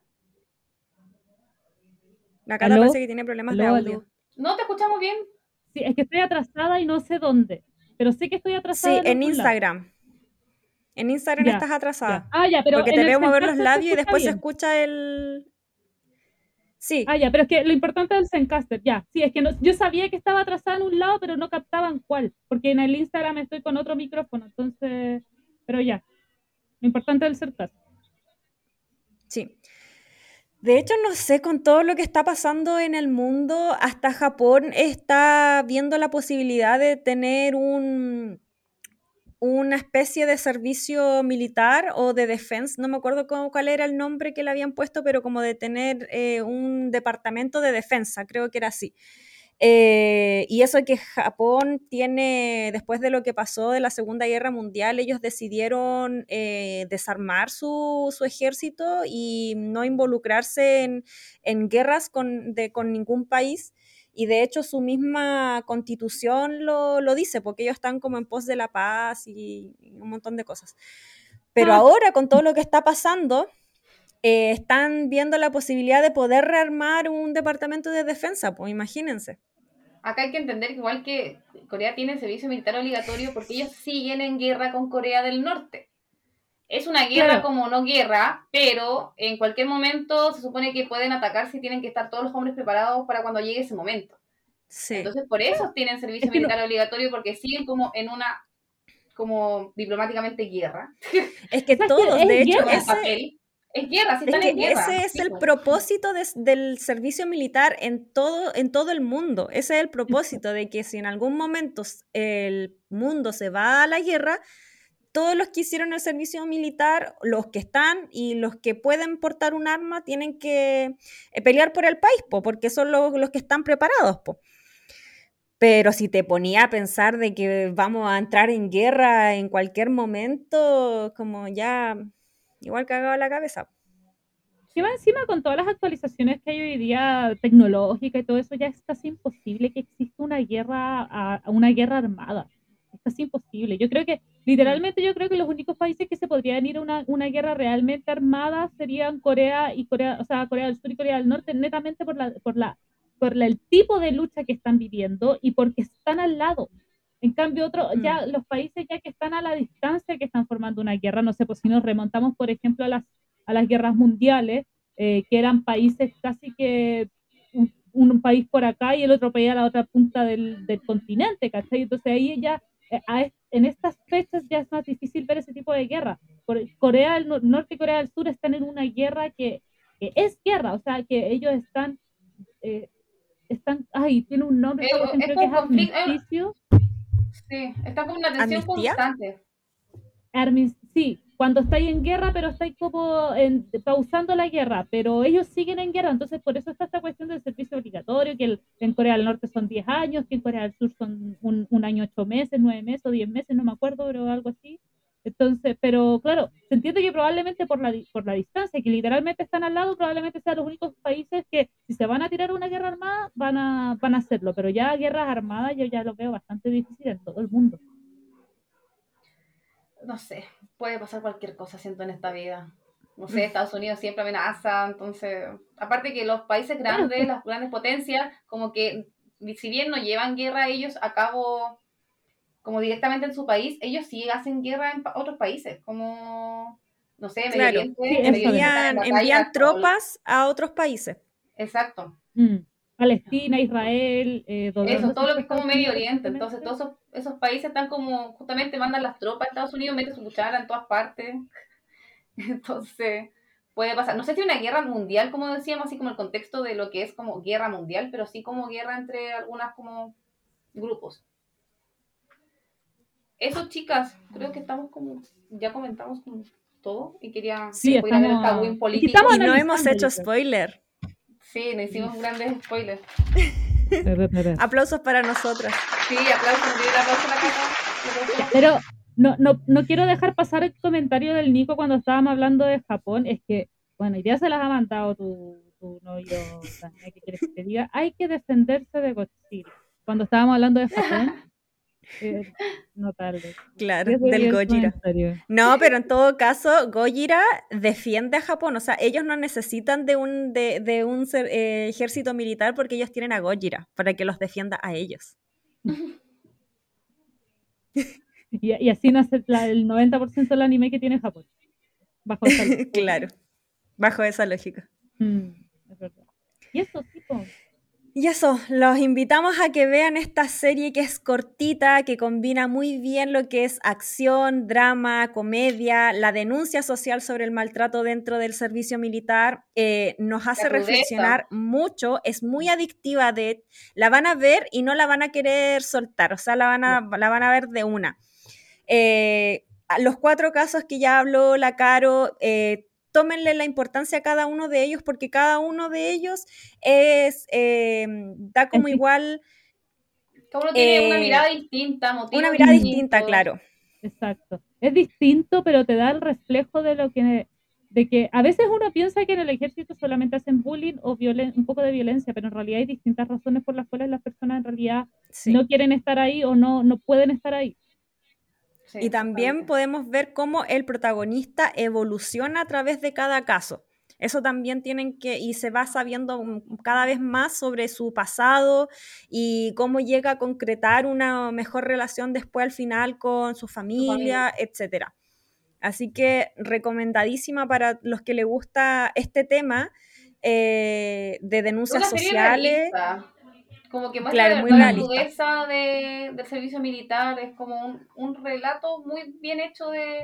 La Cata ¿Aló? parece que tiene problemas de ¿Aló, audio. aló? ¿No te escuchamos bien? Sí, es que estoy atrasada y no sé dónde. Pero sé que estoy atrasada Sí, en en algún lado. Instagram. En Instagram Ya, estás ya. atrasada. Ah, ya, pero Porque en te el veo mover los Zencaster se labios y escucha después se bien. escucha el... Sí, Ah, ya, pero es que lo importante del Zencaster, ya. Sí, es que no- yo sabía que estaba atrasada en un lado, pero no captaban cuál. Porque en el Instagram estoy con otro micrófono, entonces... Pero ya, lo importante del Zencaster. sí. De hecho, no sé, con todo lo que está pasando en el mundo, hasta Japón está viendo la posibilidad de tener un, una especie de servicio militar o de defensa, no me acuerdo cómo, cuál era el nombre que le habían puesto, pero como de tener eh, un departamento de defensa, creo que era así. Eh, y eso que Japón tiene, después de lo que pasó de la Segunda Guerra Mundial, ellos decidieron eh, desarmar su, su ejército y no involucrarse en, en guerras con, de, con ningún país. Y de hecho su misma constitución lo, lo dice, porque ellos están como en pos de la paz y, y un montón de cosas. Pero Ah, ahora, con todo lo que está pasando, eh, están viendo la posibilidad de poder rearmar un departamento de defensa, pues imagínense. Acá hay que entender que igual que Corea tiene servicio militar obligatorio porque ellos siguen en guerra con Corea del Norte. Es una guerra claro. como no guerra, pero en cualquier momento se supone que pueden atacar si tienen que estar todos los hombres preparados para cuando llegue ese momento. Sí. Entonces por eso tienen servicio Es que no- militar obligatorio porque siguen como en una como diplomáticamente guerra. Es que ¿Sabes qué? todos, Es de hecho, guerra. En ese, papel. Es guerra, si Es están en que guerra. ese es Sí, el po. propósito de- del servicio militar en todo, en todo el mundo. Ese es el propósito de que si en algún momento s- el mundo se va a la guerra, todos los que hicieron el servicio militar, los que están y los que pueden portar un arma, tienen que eh, pelear por el país, po, porque son los, los que están preparados, po. Pero si te ponía a pensar de que vamos a entrar en guerra en cualquier momento, como ya igual cagado la cabeza. Que va encima con todas las actualizaciones que hay hoy día tecnológicas y todo eso, ya es casi imposible que exista una guerra, a, a una guerra armada. Es casi imposible. Yo creo que, literalmente, yo creo que los únicos países que se podrían ir a una, una guerra realmente armada serían Corea y Corea, o sea, Corea del Sur y Corea del Norte, netamente por la, por la, por la- el tipo de lucha que están viviendo y porque están al lado. En cambio, otro, Mm. ya los países ya que están a la distancia que están formando una guerra, no sé, pues si nos remontamos, por ejemplo, a las a las guerras mundiales, eh, que eran países casi que un, un país por acá y el otro país a la otra punta del, del continente, ¿cachai? Entonces ahí ya, eh, a est- en estas fechas ya es más difícil ver ese tipo de guerra. Por, Corea del Nor- Norte y Corea del Sur están en una guerra que, que es guerra, o sea, que ellos están, eh, están, ay, tiene un nombre, Es, esta cuestión es creo que como es conflicto, es- armisticio. sí, está como una tensión ¿Amnistía? constante. Armis, sí, cuando estáis en guerra, pero estáis como en, pausando la guerra, pero ellos siguen en guerra, entonces por eso está esta cuestión del servicio obligatorio, que el- en Corea del Norte son diez años, que en Corea del Sur son un, un año, ocho meses, nueve meses o diez meses, no me acuerdo, pero algo así. Entonces, pero claro, se entiende que probablemente por la, di- por la distancia, que literalmente están al lado, probablemente sean los únicos países que si se van a tirar una guerra armada, van a, van a hacerlo, pero ya guerras armadas yo ya lo veo bastante difícil en todo el mundo. No sé, puede pasar cualquier cosa, siento, en esta vida. No sé, Estados Unidos siempre amenaza, entonces, aparte que los países Claro, grandes, las grandes potencias, como que si bien no llevan guerra ellos a cabo como directamente en su país, ellos sí hacen guerra en pa- otros países, como, no sé, Medio Claro, Oriente, sí, Medio eso Oriente mismo. están en envían, batalla envían todo el- tropas a otros países. Exacto. Mm. Palestina, Israel, eh, ¿dónde Eso, se todo lo fue que es como Estados Medio Unidos Oriente, entonces recientemente? todos esos, esos países están como, justamente mandan las tropas a Estados Unidos, meten su cuchara en todas partes. Entonces, puede pasar. No sé si una guerra mundial, como decíamos, así como el contexto de lo que es como guerra mundial, pero sí como guerra entre algunas como grupos. Eso, chicas, creo que estamos como, ya comentamos como todo y quería Sí, Sí. después ir a ver el estamos. cagüín Es que político. estamos Y no hemos analizando, hecho yo creo. spoiler. Sí, nos hicimos grandes spoilers. Aplausos para nosotras. Sí, aplausos, me dio el aplauso a la Cata. Pero no, no, no quiero dejar pasar el comentario del Nico cuando estábamos hablando de Japón. Es que, bueno, ya se las ha mandado tu, tu novio, Tania, ¿qué quieres que te diga? Hay que defenderse de Godzilla. Cuando estábamos hablando de Japón, eh, notable. Claro, Ese del es el Gojira. comentario. No, pero en todo caso, Gojira defiende a Japón. O sea, ellos no necesitan de un, de, de un ser- eh, ejército militar porque ellos tienen a Gojira para que los defienda a ellos. Y, y así nace la- el noventa por ciento del anime que tiene Japón. Bajo esa lógica. Claro, bajo esa lógica. Mm, es verdad. Y eso, tipo. Y eso, los invitamos a que vean esta serie que es cortita, que combina muy bien lo que es acción, drama, comedia, la denuncia social sobre el maltrato dentro del servicio militar. Eh, nos hace La crudeza. reflexionar mucho, es muy adictiva, de, la van a ver y no la van a querer soltar, o sea, la van a, la van a ver de una. Eh, los cuatro casos que ya habló la Caro, eh, tómenle la importancia a cada uno de ellos porque cada uno de ellos es, eh, da como Es igual Cada uno tiene una eh, mirada distinta, motivos una mirada distintos. distinta, claro. Exacto. Es distinto, pero te da el reflejo de lo que, de que a veces uno piensa que en el ejército solamente hacen bullying o violen, un poco de violencia, pero en realidad hay distintas razones por las cuales las personas en realidad Sí. no quieren estar ahí o no, no pueden estar ahí. Sí, Y también totalmente. podemos ver cómo el protagonista evoluciona a través de cada caso. Eso también tienen que, y se va sabiendo cada vez más sobre su pasado y cómo llega a concretar una mejor relación después al final con su familia, familia. etcétera. Así que recomendadísima para los que les gusta este tema eh, de Es denuncias una serie sociales. realista. Como que muestra Claro, de muy verdad la realista. crudeza de, del servicio militar. Es como un, un relato muy bien hecho de,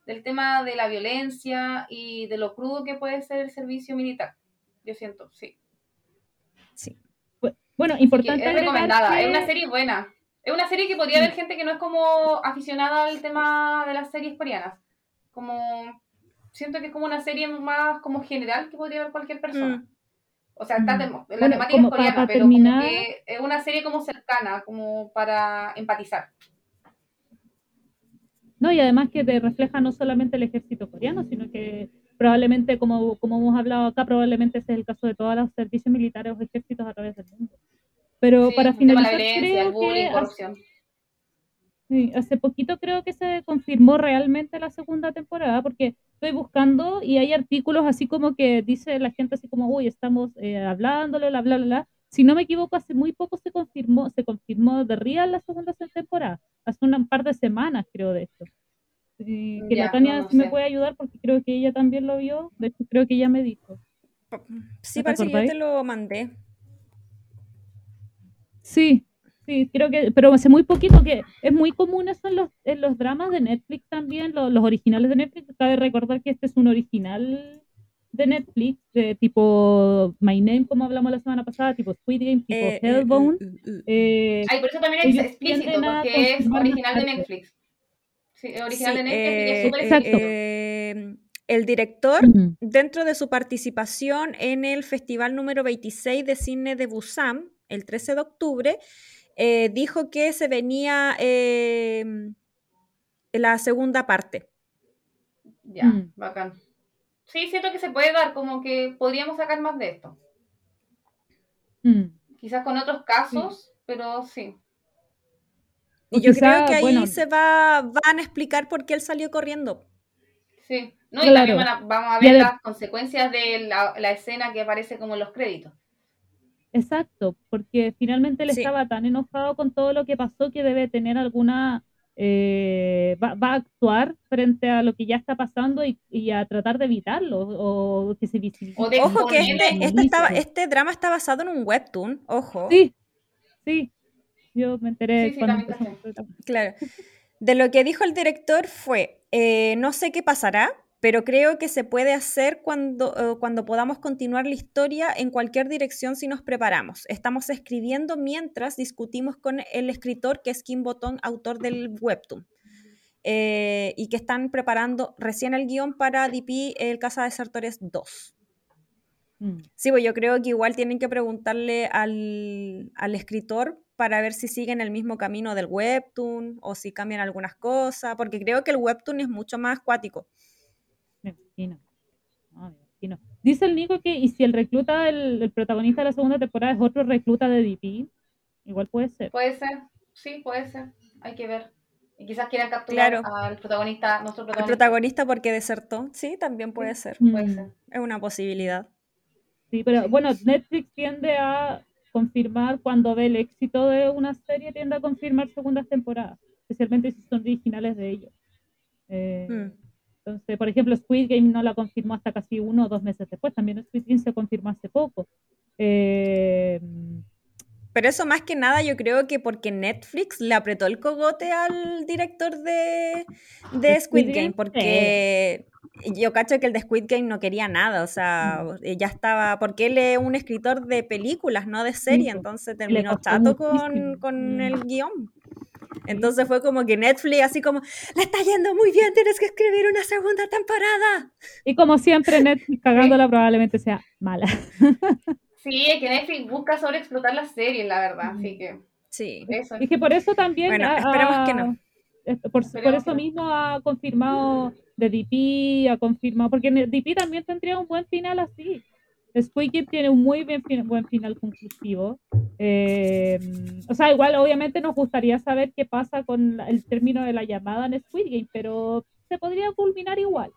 del tema de la violencia y de lo crudo que puede ser el servicio militar. Yo siento, sí. Sí. Bueno, Así que importante es recomendada, que... es una serie buena. Es una serie que podría ver gente que no es como aficionada al tema de las series coreanas. Como siento que es como una serie más como general que podría ver cualquier persona. Mm. O sea, está Mm. tem- la Bueno, temática como es pa- coreana, pa pero terminar- como que es una serie como cercana, como para empatizar. No, y además que te refleja no solamente el ejército coreano, sino que probablemente, como, como hemos hablado acá, probablemente ese es el caso de todos los servicios militares o ejércitos a través del mundo. Pero Sí, para el tema de la finalizar, violencia, el creo que bullying, hace, corrupción. sí, hace poquito creo que se confirmó realmente la segunda temporada, porque estoy buscando y hay artículos así como que dice la gente así como, uy, estamos eh, hablándolo, bla, bla, bla, bla. Si no me equivoco, hace muy poco se confirmó, se confirmó de real la segunda temporada, hace un par de semanas creo de esto. Y que la Ya, Tania no, no sí me sé. puede ayudar porque creo que ella también lo vio, de hecho creo que ella me dijo. Sí, ¿No te parece que yo acordáis? te lo mandé. Sí, sí, creo que, pero hace muy poquito que es muy común eso en los, en los dramas de Netflix también, los, los originales de Netflix. Cabe recordar que este es un original de Netflix, de tipo My Name, como hablamos la semana pasada, tipo Squid Game, tipo Eh, eh, Hellbound. uh, uh, uh, uh. Eh, Ay, por eso también es ellos explícito, tienden a porque es confirmar más original de tarde. Netflix. Sí, es original Sí, de Netflix y es eh, súper eh, Exacto. explícito. eh, el director, Mm. dentro de su participación en el Festival número veintiséis de Cine de Busan, el trece de octubre, eh, dijo que se venía eh, la segunda parte. Ya, Mm. bacán. Sí, siento que se puede dar, como que podríamos sacar más de esto. Mm. Quizás con otros casos, pero sí. Y O yo creo quizá, que ahí bueno, se va, van a explicar por qué él salió corriendo. Sí. No, y también claro. van a- vamos a Y ver ade- las consecuencias de la, la escena que aparece como en los créditos. Exacto, porque finalmente él Sí, estaba tan enojado con todo lo que pasó que debe tener alguna, eh, va, va a actuar frente a lo que ya está pasando y, y a tratar de evitarlo o que se O visibilice, de como ojo que se exponer. este, este, estaba, visibilice. este drama está basado en un webtoon, ojo. Sí, sí, yo me enteré Sí, sí, cuando también empezó caché. el programa. Claro. De lo que dijo el director fue, eh, no sé qué pasará, pero creo que se puede hacer cuando, eh, cuando podamos continuar la historia en cualquier dirección si nos preparamos. Estamos escribiendo mientras discutimos con el escritor, que es Kim Botón, autor del webtoon, eh, y que están preparando recién el guión para D P, el Casa de Desertores dos. Mm. Sí, pues yo creo que igual tienen que preguntarle al, al escritor para ver si siguen el mismo camino del webtoon o si cambian algunas cosas, porque creo que el webtoon es mucho más acuático. Me imagino. No, me imagino. Dice el Nico que, y si el recluta, el, el protagonista de la segunda temporada es otro recluta de D P, igual puede ser. Puede ser, sí, puede ser. Hay que ver. Y quizás quieran capturar Claro, al protagonista, nuestro al protagonista. protagonista porque desertó, sí, también puede Sí, ser, puede Mm. ser. es una posibilidad. Sí, pero Sí. bueno, Netflix tiende a confirmar cuando ve el éxito de una serie, tiende a confirmar segundas temporadas, especialmente si son originales de ellos. Eh, Mm. Entonces, por ejemplo, Squid Game no la confirmó hasta casi uno o dos meses después, también Squid Game se confirmó hace poco. Eh, Pero eso más que nada yo creo que porque Netflix le apretó el cogote al director de, de Squid Game, sí. porque yo cacho que el de Squid Game no quería nada, o sea, eh, ya estaba, porque él es un escritor de películas, no de serie, pues, entonces y le terminó costó chato con, muchísimo. con Mm, el guión. sí. Entonces fue como que Netflix así como, le está yendo muy bien, tienes que escribir una segunda temporada. Y como siempre, Netflix cagándola probablemente sea mala. Sí, es que Netflix busca sobreexplotar las series, la verdad. Así que Sí, eso. Es que por eso también, bueno, ha- esperemos que ha- no. es- por, por Esperemos que eso no. mismo ha confirmado de D P, ha confirmado, porque D P también tendría un buen final así. Squid Game tiene un muy bien, fin- buen final conclusivo. Eh, o sea, igual obviamente nos gustaría saber qué pasa con la- el término de la llamada en Squid Game, pero se podría culminar igual.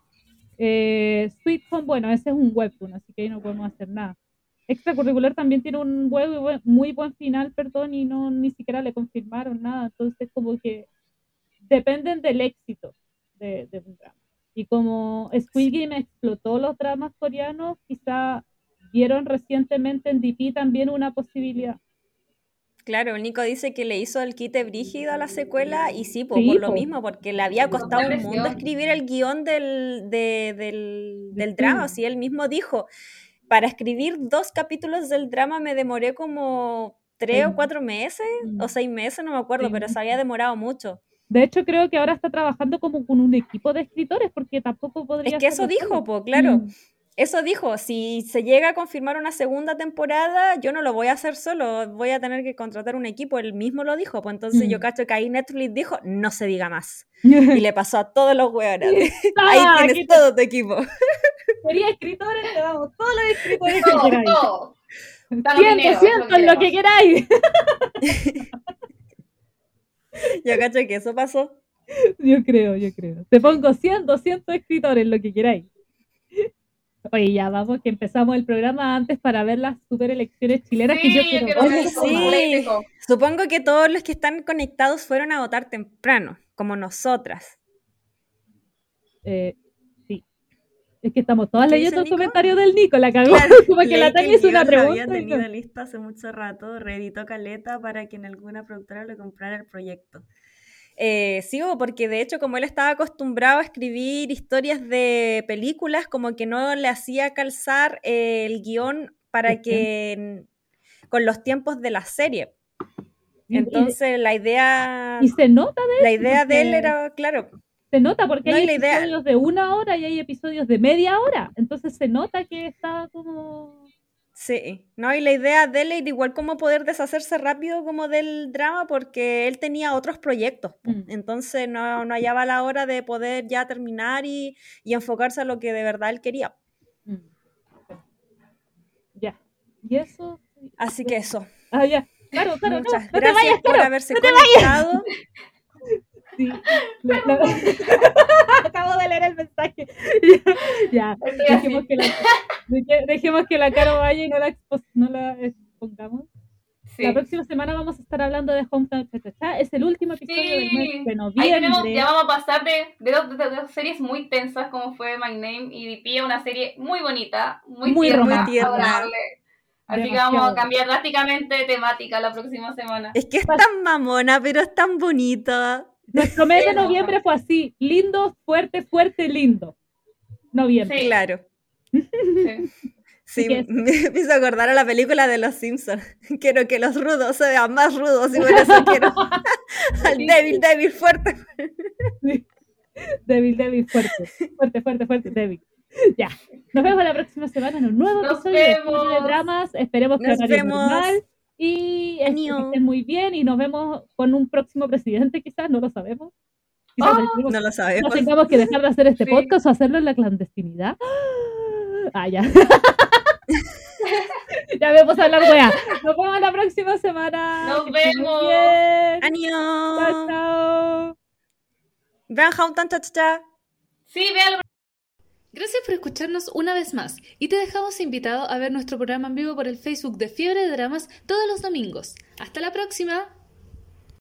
Eh, Sweet Home, bueno, ese es un webtoon, así que ahí no podemos hacer nada. Extracurricular también tiene un buen- buen- muy buen final, perdón, y no ni siquiera le confirmaron nada. Entonces, como que dependen del éxito de, de un drama. Y como Squid Game explotó los dramas coreanos, quizá vieron recientemente en D P también una posibilidad. Claro, el Nico dice que le hizo el quite brígido a la secuela y sí, po, Sí, por lo po. mismo, porque le había costado un mundo presión. escribir el guión del, de- del, del Sí. drama. Sí, él mismo dijo, para escribir dos capítulos del drama me demoré como tres Seis o meses. cuatro meses, Mm. o seis meses, no me acuerdo, Seis pero se meses. había demorado mucho. De hecho, creo que ahora está trabajando como con un equipo de escritores, porque tampoco Es podría que eso hacerlo dijo, solo. po, claro. Mm. Eso dijo, si se llega a confirmar una segunda temporada, yo no lo voy a hacer solo, voy a tener que contratar un equipo, él mismo lo dijo, pues entonces yo Mm. cacho que ahí Netflix dijo, no se diga más. Y le pasó a todos los hueones. Ahí Ah, tienes aquí te- todo tu equipo. Quería escritores, te damos todos los escritores que Todo, queráis. todo. Danos Ciento, dinero, es ciento, lo lo que que queráis. Yo cacho que eso pasó. Yo creo, yo creo. Te pongo cien, doscientos escritores, lo que queráis. Oye, ya vamos, que empezamos el programa antes para ver las super elecciones chilenas que yo Sí, yo quiero quiero ver. ver Oye, eso sí. completo. Supongo que todos los que están conectados fueron a votar temprano, como nosotras. Eh, sí. Es que estamos todas ¿Qué leyendo dice el Nico? comentario del Nico, la cagó. Claro, Como que leí la que el Tania hizo una guión lo había pregunta. y tenido no- listo hace mucho rato, reeditó caleta para que en alguna productora le comprara el proyecto. Eh, sí, o porque de hecho como él estaba acostumbrado a escribir historias de películas, como que no le hacía calzar eh, el guión para Los que con los tiempos de la serie. Y- y- Entonces la idea Y se nota de la eso, idea de él porque- era, claro, Se nota porque No, hay y la idea- episodios de una hora y hay episodios de media hora. Entonces se nota que está como... sí, no, y la idea de él era igual como poder deshacerse rápido como del drama porque él tenía otros proyectos, po. Mm. Entonces no, no hallaba la hora de poder ya terminar y, y enfocarse a lo que de verdad él quería. Mm. Ya. Y eso... Así que eso, Ah, ya. Claro, claro, no. muchas No te gracias vayas, por claro. haberse conectado. Sí. La- la- Acabo de leer el mensaje. Ya. Estoy Dejemos así. que, la, deje- dejemos que la Caro vaya y no la, expos- no la expongamos. Sí. La próxima semana vamos a estar hablando de Hometown Cha-Cha-Cha. Es el último episodio del mes Sí, de ahí noviembre. tenemos, ya vamos a pasar de, de, dos, de dos series muy tensas como fue My Name y D P a una serie muy bonita, muy, Muy tierna, romántica. Muy tierna. adorable. Así que Demasiado. vamos a cambiar drásticamente de temática la próxima semana. Es que es tan mamona, pero es tan bonita. Nuestro mes de Hermosa. noviembre fue así, lindo, fuerte, fuerte, lindo. Noviembre. Sí. Claro. Sí. Sí, ¿Qué es? me hizo acordar a la película de Los Simpsons. Quiero que los rudos se vean más rudos y por eso quiero al débil, débil, fuerte. Sí. Débil, débil, fuerte. Fuerte, fuerte, fuerte, débil. Ya. Nos vemos la próxima semana en un nuevo Nos episodio de vemos. Cine de Dramas. Esperemos que Nos horario vemos. normal. Y es- que Año. estén muy bien. Y nos vemos con un próximo presidente, quizás, no lo sabemos. Quizás Ah, tengamos- No lo no sabemos. tengamos que dejar de hacer este Sí. podcast o hacerlo en la clandestinidad. Ah, ya. Ya me puse a hablar, wea. Nos vemos la próxima semana. Nos Que estén muy vemos. bien. Año. Chao, chao. Vean Hometown Cha-Cha-Cha. Sí, véanlo. Gracias por escucharnos una vez más y te dejamos invitado a ver nuestro programa en vivo por el Facebook de Fiebre de Dramas todos los domingos. ¡Hasta la próxima!